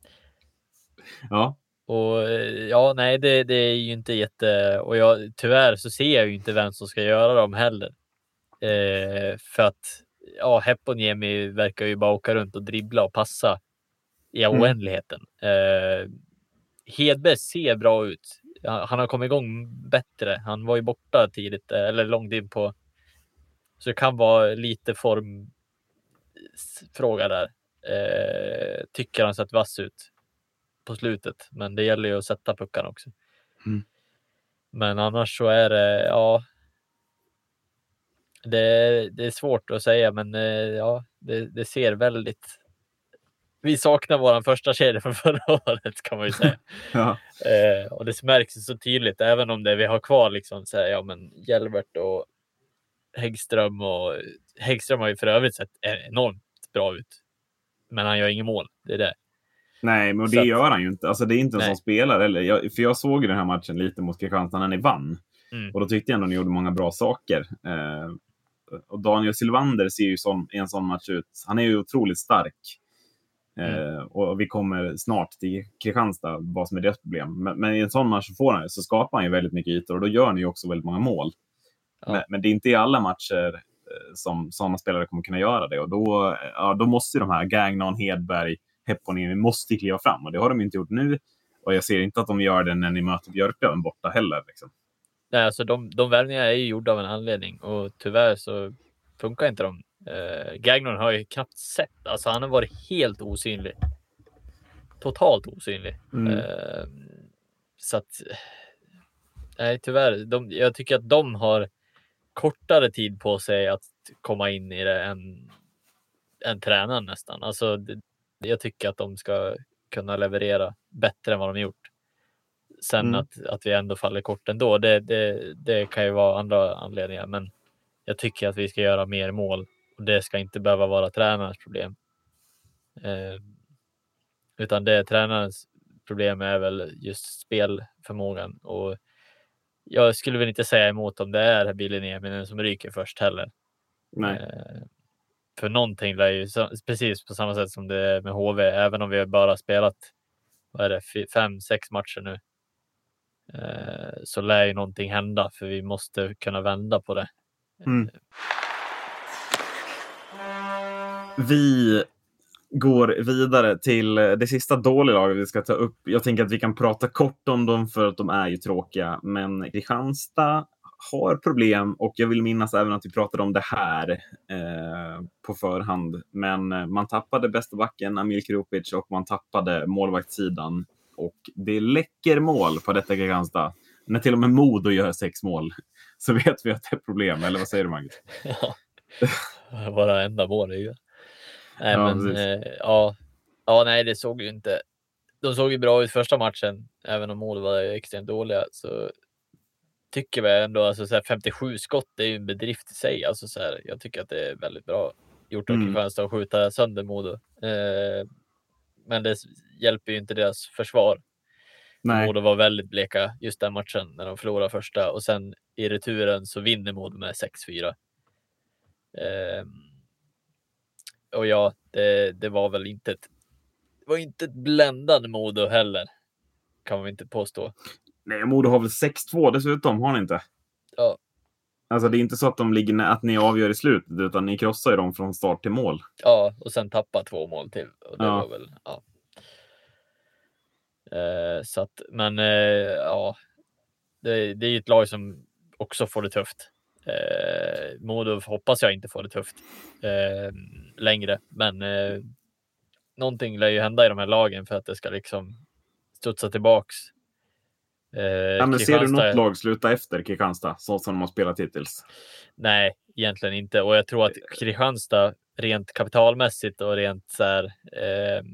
Ja. Och ja, nej, det, det är ju inte jätte... Och jag, tyvärr så ser jag ju inte vem som ska göra dem heller. Eh, för att ja, Heponiemi verkar ju bara åka runt och dribbla och passa i oändligheten. Mm. Eh, Hedberg ser bra ut. Han har kommit igång bättre. Han var ju borta tidigt, eller långt in på. Så det kan vara lite formfråga där. Eh, tycker han sett vass ut på slutet. Men det gäller ju att sätta puckarna också. Mm. Men annars så är det, ja. Det, det är svårt att säga, men eh, ja, det, det ser väldigt... Vi saknar våran första kedja från förra året, kan man ju säga. Ja. Eh, och det märks så tydligt, även om det vi har kvar liksom, så här, ja men Hjelbert och Häggström och Häggström har ju för övrigt sett enormt bra ut. Men han gör ingen mål, det är det. Nej, men det att, gör han ju inte. Alltså det är inte en nej. sån spelare. Eller jag, för jag såg ju den här matchen lite mot Kristianstad när ni vann. Mm. Och då tyckte jag ändå att ni gjorde många bra saker. Eh, och Daniel Sylvander ser ju som en sån match ut. Han är ju otroligt stark. Eh, mm. Och vi kommer snart till Kristianstad, vad som är deras problem. Men, men i en sån match så, får han, så skapar han ju väldigt mycket ytor. Och då gör ni ju också väldigt många mål. Ja. Men, men det är inte i alla matcher eh, som sådana spelare kommer kunna göra det. Och då, ja, då måste ju de här Gagnon, Hedberg, Hepponen måste kliva fram. Och det har de inte gjort nu. Och jag ser inte att de gör det när ni möter Björklöven borta heller. Liksom. Nej, alltså de, de värvningarna är ju gjorda av en anledning. Och tyvärr så funkar inte de. Uh, Gagnon har ju knappt sett. Alltså han har varit helt osynlig. Totalt osynlig. Mm. Uh, så att... Nej, tyvärr. De, jag tycker att de har kortare tid på sig att komma in i det än, än tränaren nästan. Alltså, det, jag tycker att de ska kunna leverera bättre än vad de gjort. Sen mm. att, att vi ändå faller kort ändå, det, det, det kan ju vara andra anledningar. Men jag tycker att vi ska göra mer mål. Och det ska inte behöva vara tränarens problem. Eh, utan det är tränarens problem är väl just spelförmågan. Och jag skulle väl inte säga emot om det är Billy Nieminen som ryker först heller. Nej. Eh, för någonting är ju så, precis på samma sätt som det är med H V. Även om vi har bara spelat vad är det, f- fem, sex matcher nu. Eh, så lär ju någonting hända. För vi måste kunna vända på det. Mm. Vi går vidare till det sista dåliga laget vi ska ta upp. Jag tänker att vi kan prata kort om dem för att de är ju tråkiga. Men Kristianstad har problem och jag vill minnas även att vi pratade om det här eh, på förhand. Men man tappade bästa backen Amil Krupic och man tappade målvaktssidan. Och det läcker mål på detta Kristianstad. När till och med Modo gör sex mål så vet vi att det är problem. Eller vad säger du, Magnus? Ja, bara enda mål är ju. Nej, ja, men eh, ja. Ja, nej, det såg ju inte. De såg ju bra ut första matchen, även om mål var extremt dåliga. Så tycker vi ändå, alltså så här femtiosju skott, det är ju en bedrift i sig. Alltså så här, jag tycker att det är väldigt bra gjort av Kristianstad mm. att skjuta sönder Modo. Eh, men det hjälper ju inte deras försvar. Nej. Modo var väldigt bleka just den matchen när de förlorade första. Och sen i returen så vinner Modo med sex fyra. Eh, och ja, det, det var väl inte ett, det var inte ett bländande Modo heller. Kan man inte påstå. Nej, Modo har väl sex två dessutom, har ni inte? Ja. Alltså det är inte så att de ligger att ni avgör i slutet, utan ni krossar ju dem från start till mål. Ja, och sen tappar två mål till. Och det ja. var väl, ja. Eh, så att, men eh, ja. Det, det är ju ett lag som också får det tufft. Eh, Modo hoppas jag inte får det tufft eh, längre. Men eh, någonting lär ju hända i de här lagen för att det ska liksom studsa tillbaks. Eh, ja, men ser du något lag sluta efter Kristianstad så som de har spelat hittills? Nej, egentligen inte. Och jag tror att Kristianstad rent kapitalmässigt och rent så här, eh,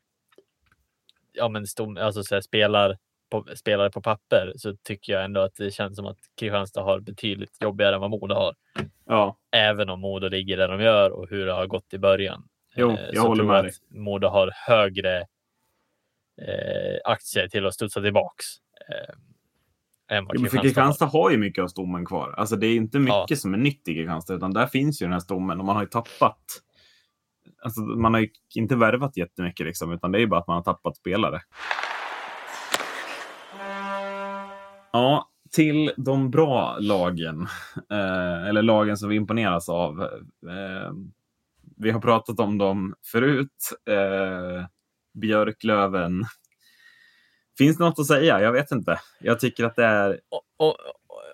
ja men stom, alltså så här, spelar på, spelare på papper, så tycker jag ändå att det känns som att Kristianstad har betydligt jobbigare än vad Modo har. Ja. Även om Modo ligger där de gör och hur det har gått i början. Jo, jag eh, håller med dig. Modo har högre eh, aktier till att studsa tillbaks. Eh, än vad ja, för Kristianstad har. har ju mycket av stommen kvar. Alltså det är inte mycket ja. som är nytt i Kristianstad, utan där finns ju den här stommen och man har ju tappat. Alltså man har ju inte värvat jättemycket liksom, utan det är ju bara att man har tappat spelare. Ja, till de bra lagen. Eh, eller lagen som vi imponeras av. Eh, vi har pratat om dem förut. Eh, Björklöven. Finns det något att säga? Jag vet inte. Jag tycker att det är... Och, och,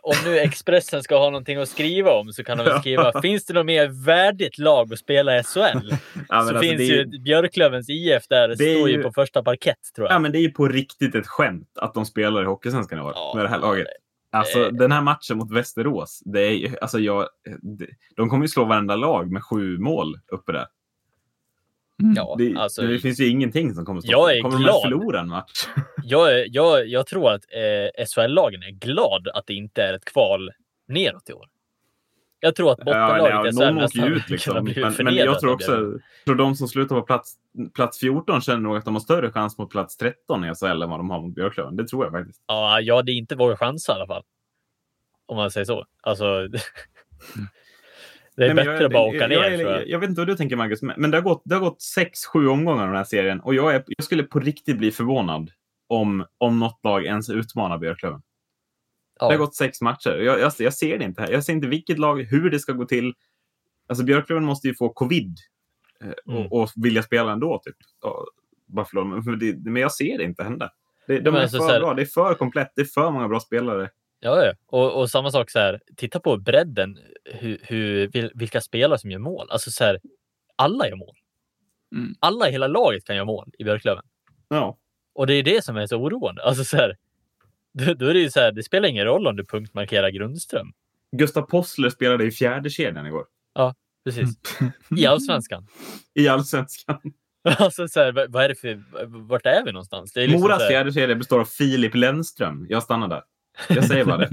om nu Expressen ska ha någonting att skriva om så kan de väl skriva, finns det något mer värdigt lag att spela i S H L? Ja, så alltså, finns är, ju Björklövens I F där, det står ju på första parkett, tror jag. Ja, men det är ju på riktigt ett skämt att de spelar i Hockeysvenskan i år ja, med det här laget. Det, alltså, det, den här matchen mot Västerås, det är, alltså, jag, det, de kommer ju slå varenda lag med sju mål uppe där. Mm. ja, Det, alltså, det finns ju ingenting som kommer att stoppa. Jag är kommer glad. de att förlora en match? jag, jag, jag tror att eh, S H L-lagen är glad att det inte är ett kval neråt i år. Jag tror att bottenlaget ja, i S nej, H L någon åker ju ut liksom. Men, men jag tror också, jag tror de som slutar på plats, plats fjorton känner nog att de har större chans mot plats tretton i S H L än vad de har mot Björklöven. Det tror jag faktiskt. Ja, jag hade inte vågat chansa i alla fall. Om man säger så. Alltså, det är nej, bättre jag, att bara åka jag, ner. Jag, jag, jag vet inte vad du tänker, Marcus, men det har gått, det har gått sex, sju omgångar av den här serien. Och jag, är, jag skulle på riktigt bli förvånad om, om något lag ens utmanar Björklöven. Ja. Det har gått sex matcher. Jag, jag, jag ser det inte här. Jag ser inte vilket lag, hur det ska gå till. Alltså Björklöven måste ju få covid och, mm. och vilja spela ändå typ. Ja, Buffalo. Men, det, men jag ser det inte hända. Det, de är alltså, för här, bra. Det är för komplett. Det är för många bra spelare. Ja, ja. Och, och samma sak så här. Titta på bredden. Hur, hur, vilka spelare som gör mål. Alltså så här. Alla gör mål. Mm. Alla i hela laget kan göra mål i Björklöven. Ja. Och det är det som är så oroande. Alltså så här. Då, då är det ju så här. Det spelar ingen roll om du punktmarkerar Grundström. Gustav Possler spelade i fjärde kedjan igår. Ja, precis. I Allsvenskan. I Allsvenskan. Alltså så här, vad är det för, vart är vi någonstans? Det är liksom Moras så här... fjärde kedja består av Filip Lennström. Jag stannar där. Jag säger bara det.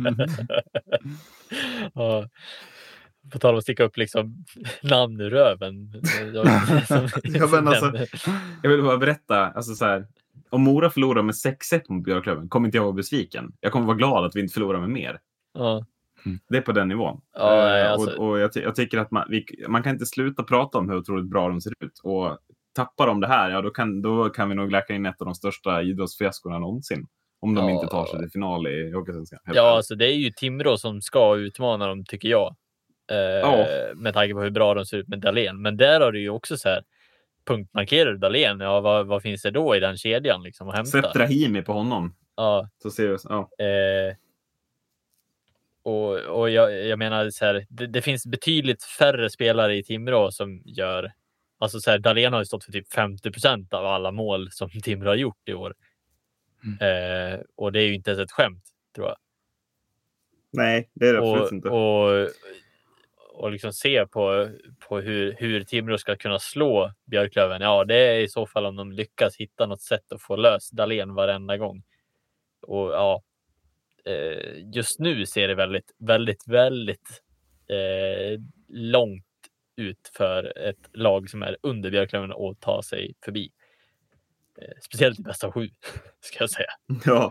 Ja. På tal om att sticka upp liksom namn ur röven. Som, jag, men alltså, jag vill bara berätta, alltså så här, om Mora förlorar med sex ett mot Björklöven kommer inte jag vara besviken. Jag kommer vara glad att vi inte förlorar med mer. Ja. Det är på den nivån. Ja, nej, alltså... och, och jag, jag tycker att man, vi, man kan inte sluta prata om hur otroligt bra de ser ut. Och tappar de det här, ja då kan, då kan vi nog läka in ett av de största idrottsfiaskorna någonsin. Om de ja. inte tar sig till final i Hockeysvenskan. Ja, alltså det är ju Timrå som ska utmana dem, tycker jag. Eh, ja. Med tanke på hur bra de ser ut med Dahlén. Men där har du ju också så här, punktmarkerar du Dahlén, ja vad, vad finns det då i den kedjan liksom att hämta? Sätt Rahimi på honom. Ja. Så ser vi, ja. Eh, och och jag, jag menar så här, det, det finns betydligt färre spelare i Timrå som gör, alltså så här, Dahlén har ju stått för typ femtio procent av alla mål som Timrå har gjort i år. Mm. Eh, och det är ju inte ens ett skämt, tror jag. Nej, det är det och, absolut inte. Och, och liksom se på, på hur, hur Timrå ska kunna slå Björklöven. Ja, det är i så fall om de lyckas hitta något sätt att få lös Dahlén varenda gång. Och ja, eh, just nu ser det väldigt, väldigt, väldigt eh, långt ut för ett lag som är under Björklöven att ta sig förbi. Eh, speciellt i bästa sju, ska jag säga. Ja.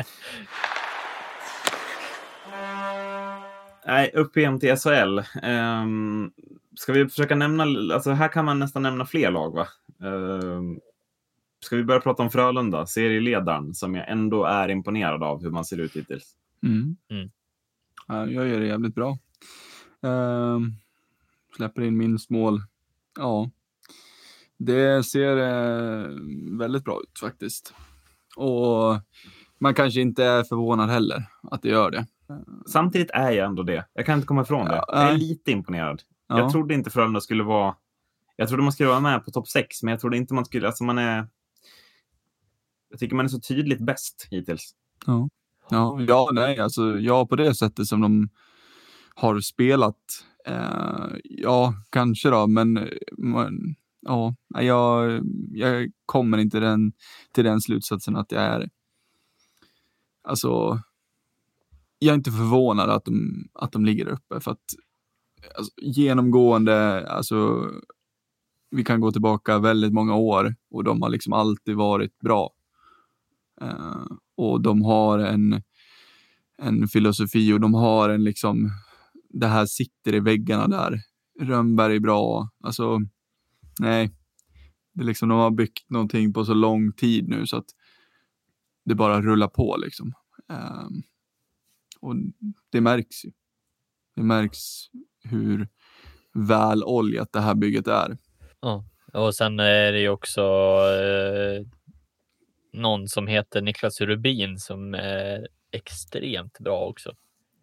Nej, upp igen till S H L. Um, ska vi försöka nämna, alltså här kan man nästan nämna fler lag, va? Um, ska vi börja prata om Frölunda, serieledaren, som jag ändå är imponerad av hur man ser ut hittills. Mm. Mm. Ja, jag gör det jävligt bra. Um, släpper in minst mål. Ja, det ser uh, väldigt bra ut faktiskt. Och man kanske inte är förvånad heller att det gör det. Samtidigt är jag ändå det. Jag kan inte komma ifrån det. Jag är lite imponerad. Ja. Jag trodde inte Frölunda skulle vara... Jag trodde man skulle vara med på topp sex, men jag trodde inte man skulle... Alltså man är... Jag tycker man är så tydligt bäst hittills. Ja, ja, ja nej, alltså ja, på det sättet som de har spelat. Eh, ja, kanske då, men... Man, ja, jag, jag kommer inte den, till den slutsatsen att jag är... Alltså... Jag är inte förvånad att de, att de ligger uppe, för att alltså, genomgående, alltså vi kan gå tillbaka väldigt många år och de har liksom alltid varit bra. Uh, och de har en, en filosofi och de har en liksom, det här sitter i väggarna där. Rönnberg är bra, alltså nej, det är liksom, de har byggt någonting på så lång tid nu så att det bara rullar på liksom. Uh, Och det märks ju. Det märks hur väl oljat det här bygget är. Ja, och sen är det ju också eh, någon som heter Niklas Rubin som är extremt bra också.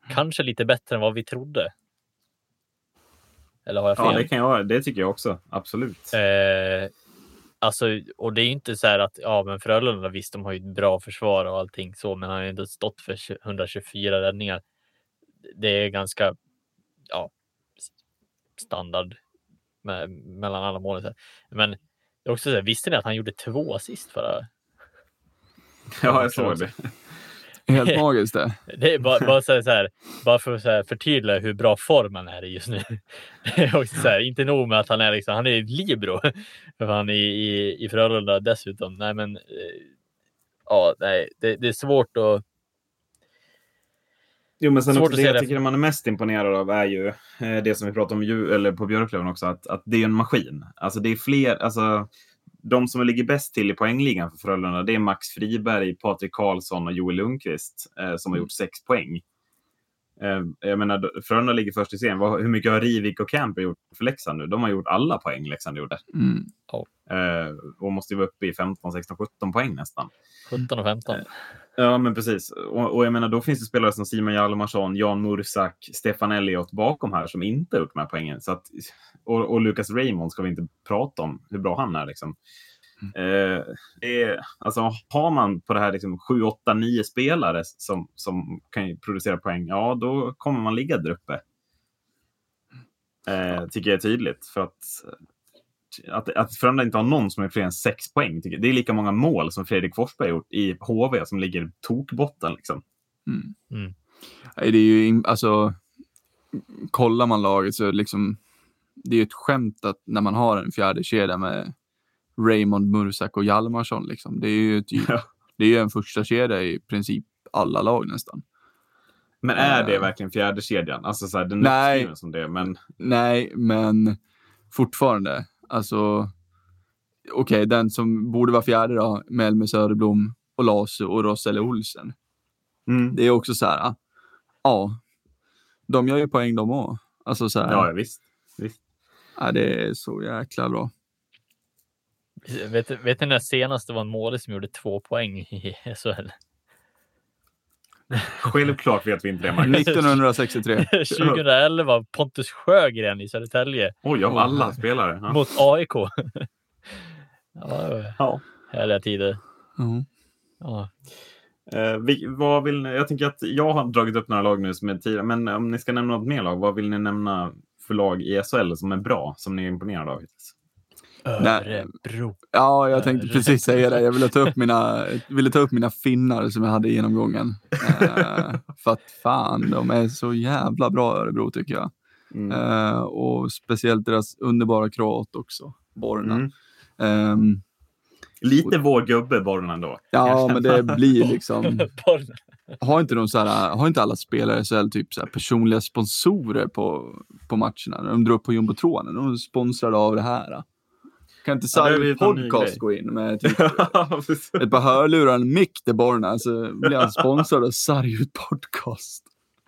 kanske lite bättre än vad vi trodde. Eller har jag fel? Ja, det kan jag, det tycker jag också. Absolut. Eh, alltså, och det är ju inte så här att ja, men Frölunda, visst, de har ju ett bra försvar och allting så, men han har ju ändå stått för etthundratjugofyra räddningar. Det är ganska ja, standard med, mellan alla målen. Men det är också så här, visste ni att han gjorde två assist förra? Ja, jag såg det. Helt magiskt det. Det är bara, bara, så här, så här, bara för att så här, förtydliga hur bra form han är i just nu. Det är också så här, inte nog med att han är liksom, han är libero för han är i, i, i Frölunda dessutom. Nej, men eh, ja, nej, det, det är svårt att. Jo, men sen Svårt också att det se jag det. tycker man är mest imponerad av är ju eh, det som vi pratade om ju, eller på Björklöven också, att, att det är en maskin. Alltså det är fler, alltså de som ligger bäst till i poängligan för Frölunda, det är Max Friberg, Patrik Karlsson och Joel Lundqvist eh, som har gjort sex poäng. Eh, jag menar, Frölunda ligger först i serien. Vad, hur mycket har Rivik och Camper gjort för Leksand nu? De har gjort alla poäng Leksand gjorde. Mm. Eh, och måste ju vara uppe i femton, sexton, sjutton poäng nästan. sjutton och femton. Eh, Ja, men precis. Och, och jag menar, då finns det spelare som Simon Hjalmarsson, Jan Mursak, Stefan Elliott bakom här som inte har gjort de här poängen. Så att, och, och Lucas Raymond ska vi inte prata om hur bra han är. Liksom. Mm. Eh, det är, alltså, har man på det här liksom, sju, åtta, nio spelare som, som kan producera poäng, ja, då kommer man ligga där uppe. Eh, tycker jag är tydligt. För att Att, att Frölunda inte har någon som är fler än sex poäng. Tycker jag. Det är lika många mål som Fredrik Forsberg gjort i H V som ligger tokbotten. Liksom. Mm. Mm. Nej, det är ju in, alltså, kollar man laget så liksom, det är ju ett skämt att när man har en fjärde kedja med Raymond, Mursak och Hjalmarsson. Liksom. Det är ju typ, ja. Det är ju en första kedja i princip alla lag nästan. Men är det verkligen fjärde kedjan? Alltså så här, den är uppskriven som det, men... Nej, men fortfarande. Alltså, okej, okay, den som borde vara fjärde då, Melmer Söderblom och Lasu och Rosselle Olsen. Mm. Det är också så här, ja, de gör ju poäng de också. Alltså så här, ja, visst. visst. Ja, det är så jäkla bra. Vet, vet ni när senast det var en mål som gjorde två poäng i S H L? Självklart vet vi inte det, Marcus. nittonhundrasextiotre. tjugoelva Pontus Sjögren i Södertälje. Oj, av alla spelare. Ja. Mot A I K. ja, ja. Härliga tider. Mm. Ja. Eh, vi, vad vill ni, jag tänker att jag har dragit upp några lag nu som är tidigare, men om ni ska nämna något mer lag, vad vill ni nämna för lag i S H L som är bra, som ni är imponerade av? Örebro. Ja, jag tänkte precis säga det. Jag ville ta upp mina, ville ta upp mina finnar som jag hade i genomgången. uh, för att fan, de är så jävla bra Örebro tycker jag. Mm. Uh, och speciellt deras underbara kroat också, Borna. Mm. Um, Lite och, vår gubbe, Borna ändå. Ja, men det blir liksom... har inte de så här, har inte alla spelare så här, typ så här, personliga sponsorer på, på matcherna? De drar upp på jumbotronen. De är sponsrade av det här. Kan inte Sarri ja, podcast gå in med typ ett par hörlurar och en mick där Borna, så blir han sponsrad av Sarri podcast.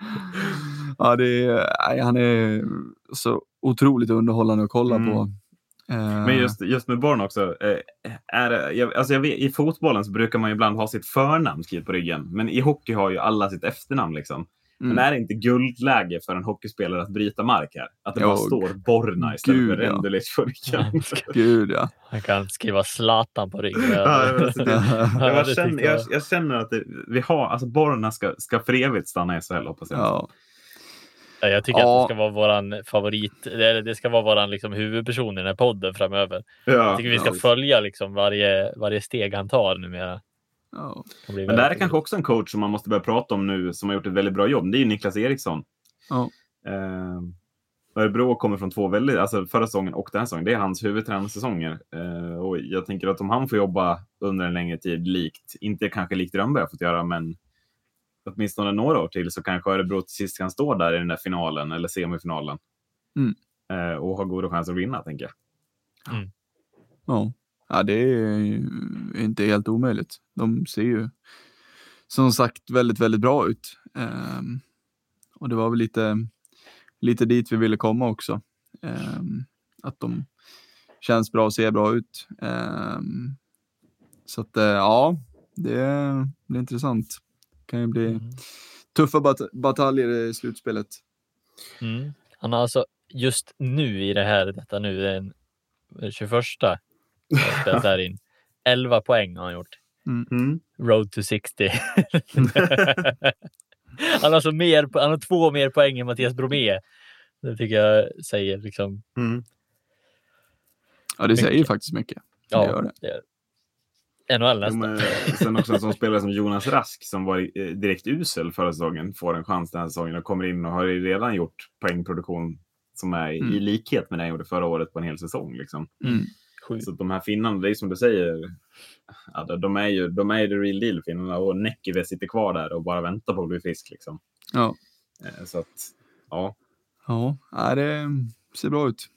Ja, det är, han är så otroligt underhållande att kolla mm. på. Men just, just med Borna också, är det, jag, alltså jag vet, i fotbollen så brukar man ju ibland ha sitt förnamn skrivet på ryggen, men i hockey har ju alla sitt efternamn liksom. Mm. Men är det inte guldläge för en hockeyspelare att bryta mark här? Att det jo, bara står Borna istället gud, för Rendulic på ryggen. Gud, ja. Han kan skriva Zlatan på ryggen. ja, jag, det, jag, jag, känner, jag, jag känner att det, vi har, alltså Borna ska, ska för evigt stanna i S H L, hoppas jag. Ja. Jag tycker ja. att det ska vara våran favorit, eller det ska vara våran liksom huvudperson i den här podden framöver. Ja, jag tycker vi ska ja, följa liksom varje, varje steg han tar numera. Ja. Men det här är kanske också en coach som man måste börja prata om nu, som har gjort ett väldigt bra jobb. Det är ju Niklas Eriksson. Ja. Eh, Örebro kommer från två väldigt, alltså förra säsongen och den här säsongen. Det är hans huvudtränarsäsonger. Eh, och jag tänker att om han får jobba under en längre tid likt, inte kanske likt Rönnberg har fått göra, men åtminstone några år till, så kanske Örebro till sist kan stå där i den där finalen eller semifinalen. Mm. Eh, och ha goda chans att vinna, tänker jag. Mm. Ja. Ja, det är inte helt omöjligt. De ser ju som sagt väldigt, väldigt bra ut. Um, och det var väl lite, lite dit vi ville komma också. Um, att de känns bra och ser bra ut. Um, så att, uh, ja, det blir intressant. kan ju bli Mm. tuffa bat- bataljer i slutspelet. Mm. Han har alltså just nu i det här, detta nu, den tjugoförsta jag har spelat där in. elva poäng har han gjort. Mm. Mm. Road to sextio. Han har alltså mer, han har två mer poäng än Mattias Bromé. Det tycker jag säger liksom. Mm. Ja, det säger ju Mycket. faktiskt mycket. Ja, Det gör det. det är N H L De, nästan. eh, sen också en sån spelare som Jonas Rask som var eh, direkt usel förra säsongen får en chans den här säsongen och kommer in och har ju redan gjort poängproduktion som är Mm. i likhet med den jag gjorde förra året på en hel säsong. Liksom. Mm. Sjukt. Så de här finnarna, det är som du säger, ja, de är ju de är ju the real deal finnarna och Näckive sitter kvar där och bara väntar på att bli frisk. Liksom. Ja. Eh, så att, ja. Ja, nej, det ser bra ut.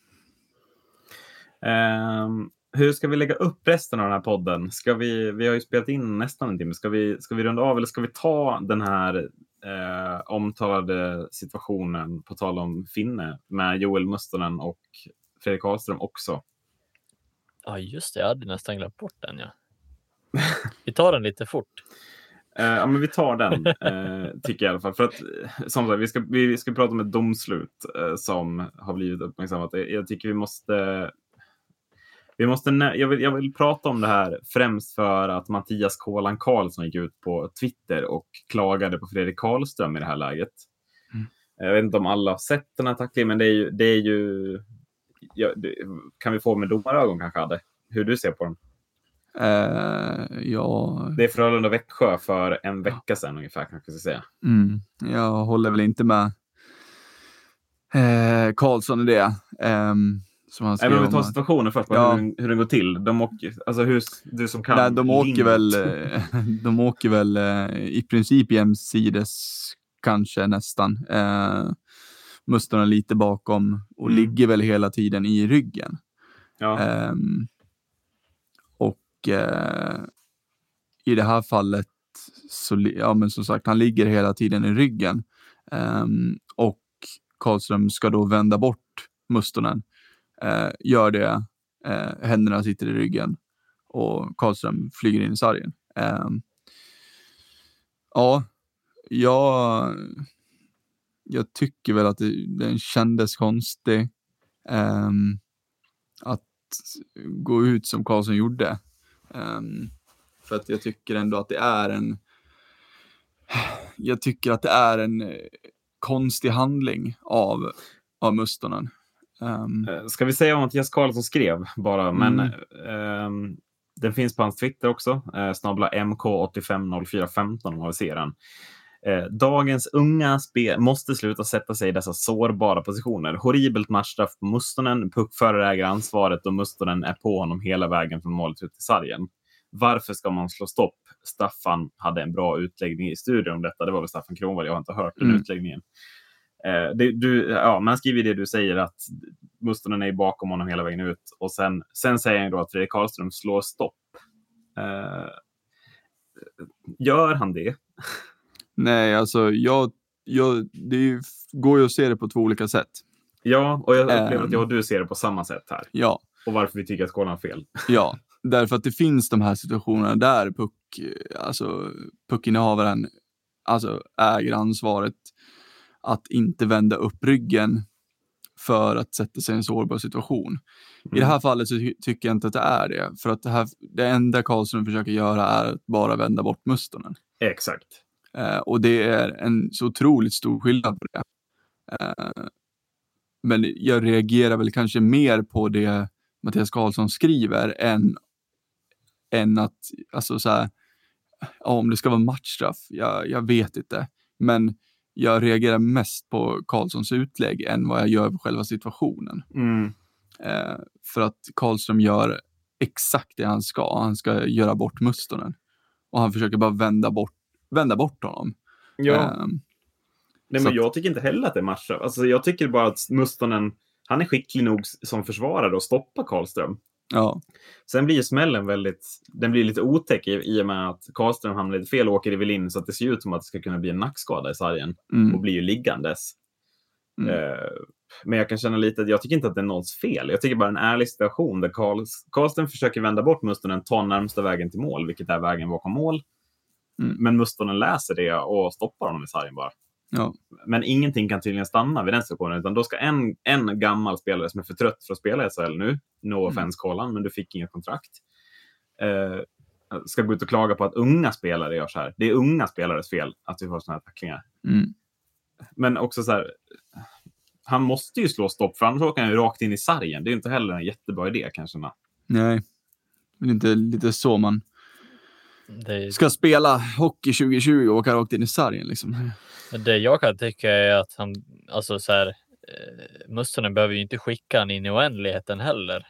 Ehm, hur ska vi lägga upp resten av den här podden? Ska vi, vi har ju spelat in nästan en timme. Ska vi, ska vi runda av eller ska vi ta den här eh, omtalade situationen på tal om Finne med Joel Mustonen och Fredrik Karlström också? Ja, just det. Jag hade nästan glömt bort den, ja. Vi tar den lite fort. Eh, ja, men vi tar den, eh, tycker jag i alla fall. För att, eh, som sagt, vi ska, vi ska prata om ett domslut eh, som har blivit uppmärksammat. Jag, jag tycker vi måste... Vi måste nä- jag, vill, jag vill prata om det här främst för att Mattias Kålan Karlsson gick ut på Twitter och klagade på Fredrik Karlström i det här läget. Mm. Jag vet inte om alla har sett den här tacklingen, men det är ju... Det är ju ja, det, kan vi få med domarögon kanske, Adde? Hur du ser på den? Uh, ja, Det är Frölunda Växjö för en vecka sedan ungefär, kanske jag ska säga. mm, jag håller väl inte med uh, Karlsson i det. Um, som han skrev Nej, men vi om tar att- situationen först, Ja. hur, den- hur den går till. De åker, alltså hur, du som kan... Nej, de åker lingot. väl, eh, de åker väl eh, i princip jämsides, kanske nästan. Eh, Mustonen lite bakom och Mm. ligger väl hela tiden i ryggen. Ja. Ehm, och eh, i det här fallet så, li- ja men som sagt, han ligger hela tiden i ryggen. Ehm, och Karlström ska då vända bort Mustonen. Eh, gör det, eh, händerna sitter i ryggen och Karlström flyger in i sargen. Ehm, ja, jag, jag tycker väl att det, den kändes konstig. Ehm, att gå ut som Karlsson gjorde. Um, för att jag tycker ändå att det är en jag tycker att det är en eh, konstig handling av, av Mustonen. Um, Eh, Ska vi säga vad Mattias Karlsson skrev bara, men Mm. ehm, den finns på hans Twitter också, eh, snabbla M K åtta fem noll fyra femton om man vill se den. Eh, dagens unga spe- måste sluta sätta sig i dessa sårbara positioner. Horribelt matchstraff på Mustonen. Puckförare äger ansvaret och Mustonen är på honom hela vägen från målet ut till sargen. Varför ska man slå stopp? Staffan hade en bra utläggning i studion om detta. Det var väl Staffan Kronwall, jag har inte hört den Mm. utläggningen. Eh, det, du, ja, man skriver det du säger att Mustonen är bakom honom hela vägen ut. Och sen, sen säger han då att Fredrik Karlström slår stopp. Eh, gör han det? nej, alltså jag, jag, det är ju, går ju att se det på två olika sätt. Ja, och jag upplever Um, att jag och du ser det på samma sätt här. Ja, Och varför vi tycker att Skålen har fel. ja, därför att det finns de här situationerna där puck, alltså puckinnehavaren alltså äger ansvaret att inte vända upp ryggen för att sätta sig i en sårbar situation. I det här fallet så ty- tycker jag inte att det är det. För att det, här, det enda Karlsson försöker göra är att bara vända bort Mustonen. Exakt. Eh, och det är en så otroligt stor skillnad på det. Eh, men jag reagerar väl kanske mer på det Mattias Karlsson skriver än, än att, alltså så här, ja, om det ska vara matchstraff, jag, jag vet inte. Men jag reagerar mest på Karlssons utlägg än vad jag gör på själva situationen. Mm. Eh, för att Karlström gör exakt det han ska. Han ska göra bort Mustonen. Och han försöker bara vända bort, vända bort honom. Ja. Eh, Nej, så men att- jag tycker inte heller att det är matchstraff. Alltså, jag tycker bara att Mustonen, han är skicklig nog som försvarare och stoppa Karlström. ja. Sen blir ju smällen väldigt, den blir lite otäck i, i och med att Karlström hamnar lite fel och åker i Velin så att det ser ut som att det ska kunna bli en nackskada i sargen Mm. och blir ju liggandes. Mm. Eh, men jag kan känna lite att jag tycker inte att det är någons fel. Jag tycker bara en ärlig situation där Karl, Karlström försöker vända bort Mustonen, ta närmsta vägen till mål, vilket är vägen bakom mål. Mm. Men Mustonen läser det och stoppar honom i sargen bara. Ja. Men ingenting kan tydligen stanna vid den situationen, utan då ska en, en gammal spelare som är för trött för att spela i S H L nu, no offense Colin, men du fick inget kontrakt, eh, ska gå ut och klaga på att unga spelare gör så här. Det är unga spelares fel att vi får såna här tacklingar. Mm. Men också så här, han måste ju slå stopp, för annars åker han ju rakt in i sargen. Det är inte heller en jättebra idé kanske. Nej, det är inte lite så man Det, ska spela hockey tjugo tjugo och åka rakt in i sargen liksom. det jag kan tycka är att han, alltså så här, eh, Mustonen behöver ju inte skicka han in i oändligheten heller.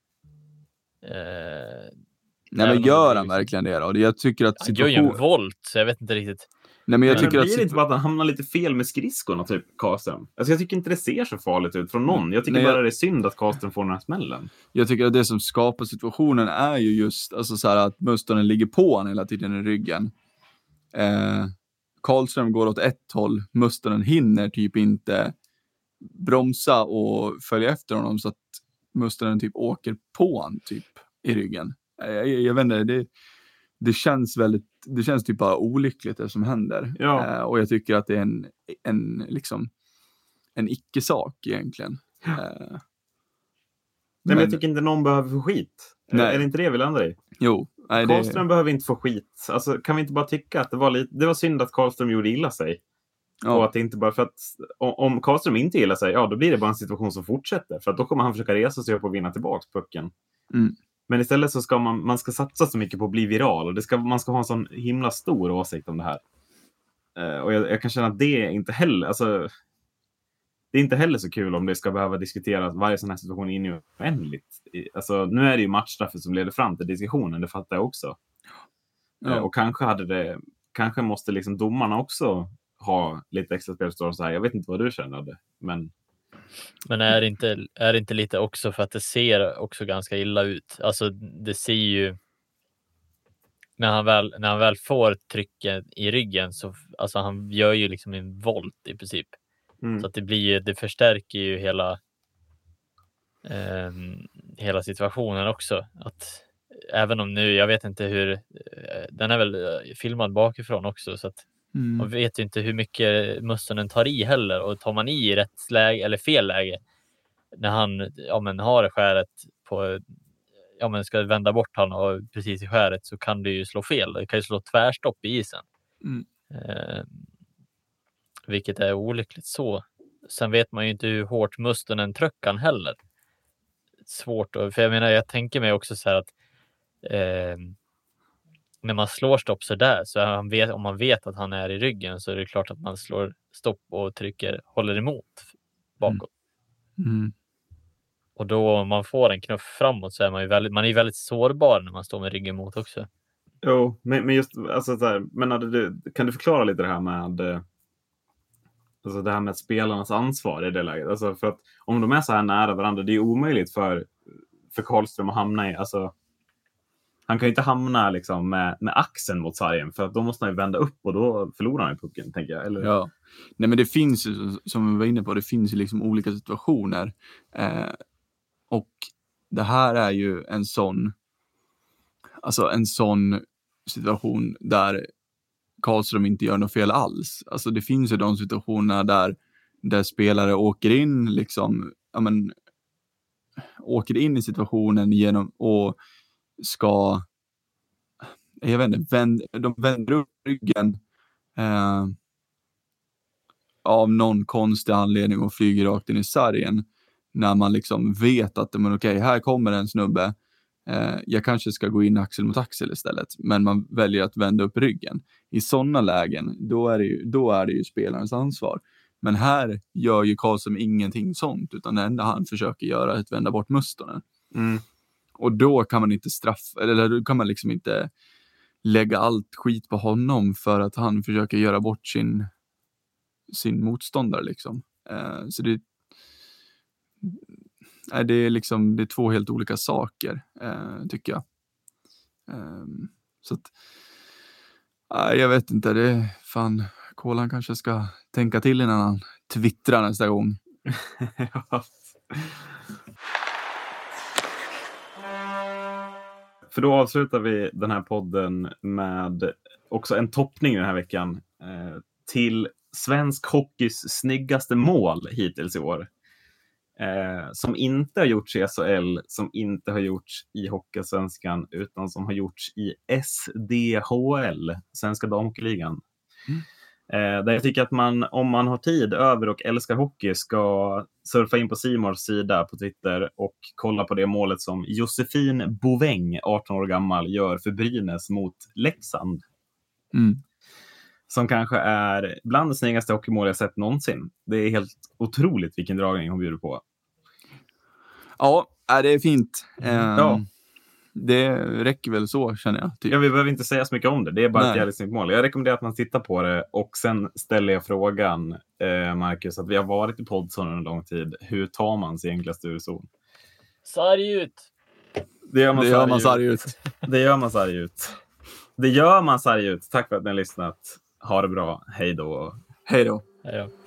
Eh, Nej, men gör han verkligen det då? Jag tycker att situation... Han gör ju en volt, så jag vet inte riktigt. Nej, men jag men tycker det att blir inte bara att han hamnar lite fel med skridskorna, typ Karlström. Alltså jag tycker inte det ser så farligt ut från någon. Jag tycker Nej, bara jag... det är synd att Karlström får den här smällen. Jag tycker att det som skapar situationen är ju just alltså så här att Mustonen ligger på han hela tiden i ryggen. Eh, Karlström går åt ett håll. Mustonen hinner typ inte bromsa och följa efter honom, så att Mustonen typ åker på han typ i ryggen. Jag, jag, jag vet inte, det, det känns väldigt, det känns typ bara olyckligt det som händer. Ja. Eh, och jag tycker att det är en, en liksom en icke-sak egentligen. Ja. Eh, Nej, men men jag tycker inte någon behöver få skit. Nej. Är det inte det vi landar i? Jo. Nej, Karlström det... behöver inte få skit. Alltså, kan vi inte bara tycka att det var, lite, det var synd att Karlström gjorde illa sig? Ja. Och att det inte bara för att om Karlström inte gillar sig, ja då blir det bara en situation som fortsätter. För att då kommer han försöka resa sig upp och vinna tillbaka pucken. Mm. Men istället så ska man, man ska satsa så mycket på att bli viral. Och det ska, man ska ha en sån himla stor åsikt om det här. Uh, och jag, jag kan känna att det är inte heller, alltså, det är inte heller så kul om det ska behöva diskuteras varje sån här situation in i oändligt. Alltså, nu är det ju matchstraffet som leder fram till diskussionen, det fattar jag också. Ja. Uh, och kanske hade det, kanske måste liksom domarna också ha lite extra spelstår så här. Jag vet inte vad du känner, men Men är det inte, är det inte lite också för att det ser också ganska illa ut? Alltså det ser ju när han väl, när han väl får trycket i ryggen så alltså han gör ju liksom en volt i princip. mm. Så att det blir det förstärker ju hela eh, hela situationen också. Att även om nu, jag vet inte hur, den är väl filmad bakifrån också, så att Mm. man vet ju inte hur mycket Mustonen tar i heller, och tar man i rätt läge eller fel läge när han ja, men har skäret på, ja men ska vända bort han och precis i skäret, så kan det ju slå fel. Det kan ju slå tvärstopp i isen. Mm. Eh, vilket är olyckligt så. Sen vet man ju inte hur hårt Mustonen tröckan heller. Svårt att, för jag menar, jag tänker mig också så här att eh, när man slår stopp så där, så han vet, om man vet att han är i ryggen, så är det klart att man slår stopp och trycker, håller emot bakåt. Mm. Och då om man får en knuff framåt så är man ju väldigt, man är väldigt sårbar när man står med ryggen mot också. Jo, men, men just alltså så här, men hade du, kan du förklara lite det här med alltså det här med spelarnas ansvar i det läget? Alltså för att om de är så här nära varandra, det är omöjligt för för Karlström att hamna i, alltså han kan ju inte hamna liksom med, med axeln mot sargen, för att då måste han ju vända upp och då förlorar han i pucken, tänker jag. Eller? Ja, nej men det finns ju, som vi var inne på, det finns ju liksom olika situationer. Eh, och det här är ju en sån, alltså en sån situation där Karlström inte gör något fel alls. Alltså det finns ju de situationerna där, där spelare åker in liksom, ja men, åker in i situationen genom och ska, jag vet inte, vänd, de vänder upp ryggen eh, av någon konstig anledning och flyger rakt in i sargen, när man liksom vet att men okej, här kommer en snubbe, eh, jag kanske ska gå in axel mot axel istället, men man väljer att vända upp ryggen. I sådana lägen, då är det ju, då är det ju spelarens ansvar. Men här gör ju Karlsson ingenting sånt, utan det enda han försöker göra är att vända bort Mustonen. Mm. Och då kan man inte straffa, eller då kan man liksom inte lägga allt skit på honom för att han försöker göra bort sin sin motståndare liksom. Uh, så det är det är liksom det är två helt olika saker, uh, tycker jag. Um, så att uh, jag vet inte, det är fan, Kolan kanske ska tänka till innan han twittrar nästa gång. För då avslutar vi den här podden med också en toppning den här veckan eh, till svensk hockeys snyggaste mål hittills i år. Eh, som inte har gjorts i S H L, som inte har gjorts i Hockeysvenskan, utan som har gjorts i S D H L, Svenska damhockeyligan. Mm. Eh, där jag tycker att man, om man har tid över och älskar hockey, ska surfa in på C Mors sida på Twitter och kolla på det målet som Josefin Boväng, arton år gammal, gör för Brynäs mot Leksand. Mm. Som kanske är bland det snyggaste hockeymål jag sett någonsin. Det är helt otroligt vilken dragning hon bjuder på. Ja, det är fint. Um, ja. Det räcker väl så, känner jag. Typ. Ja, vi behöver inte säga så mycket om det. Det är bara Nej. ett jävligt snyggt mål. Jag rekommenderar att man tittar på det. Och sen ställer jag frågan, eh, Marcus, att vi har varit i podden en lång tid. Hur tar man sig enklast ur zon? Sarg ut! Det gör man, det gör man sarg ut. ut. Det gör man sarg ut. Det gör man sarg ut. Tack för att ni har lyssnat. Ha det bra. Hej då. Hej då. Hej då.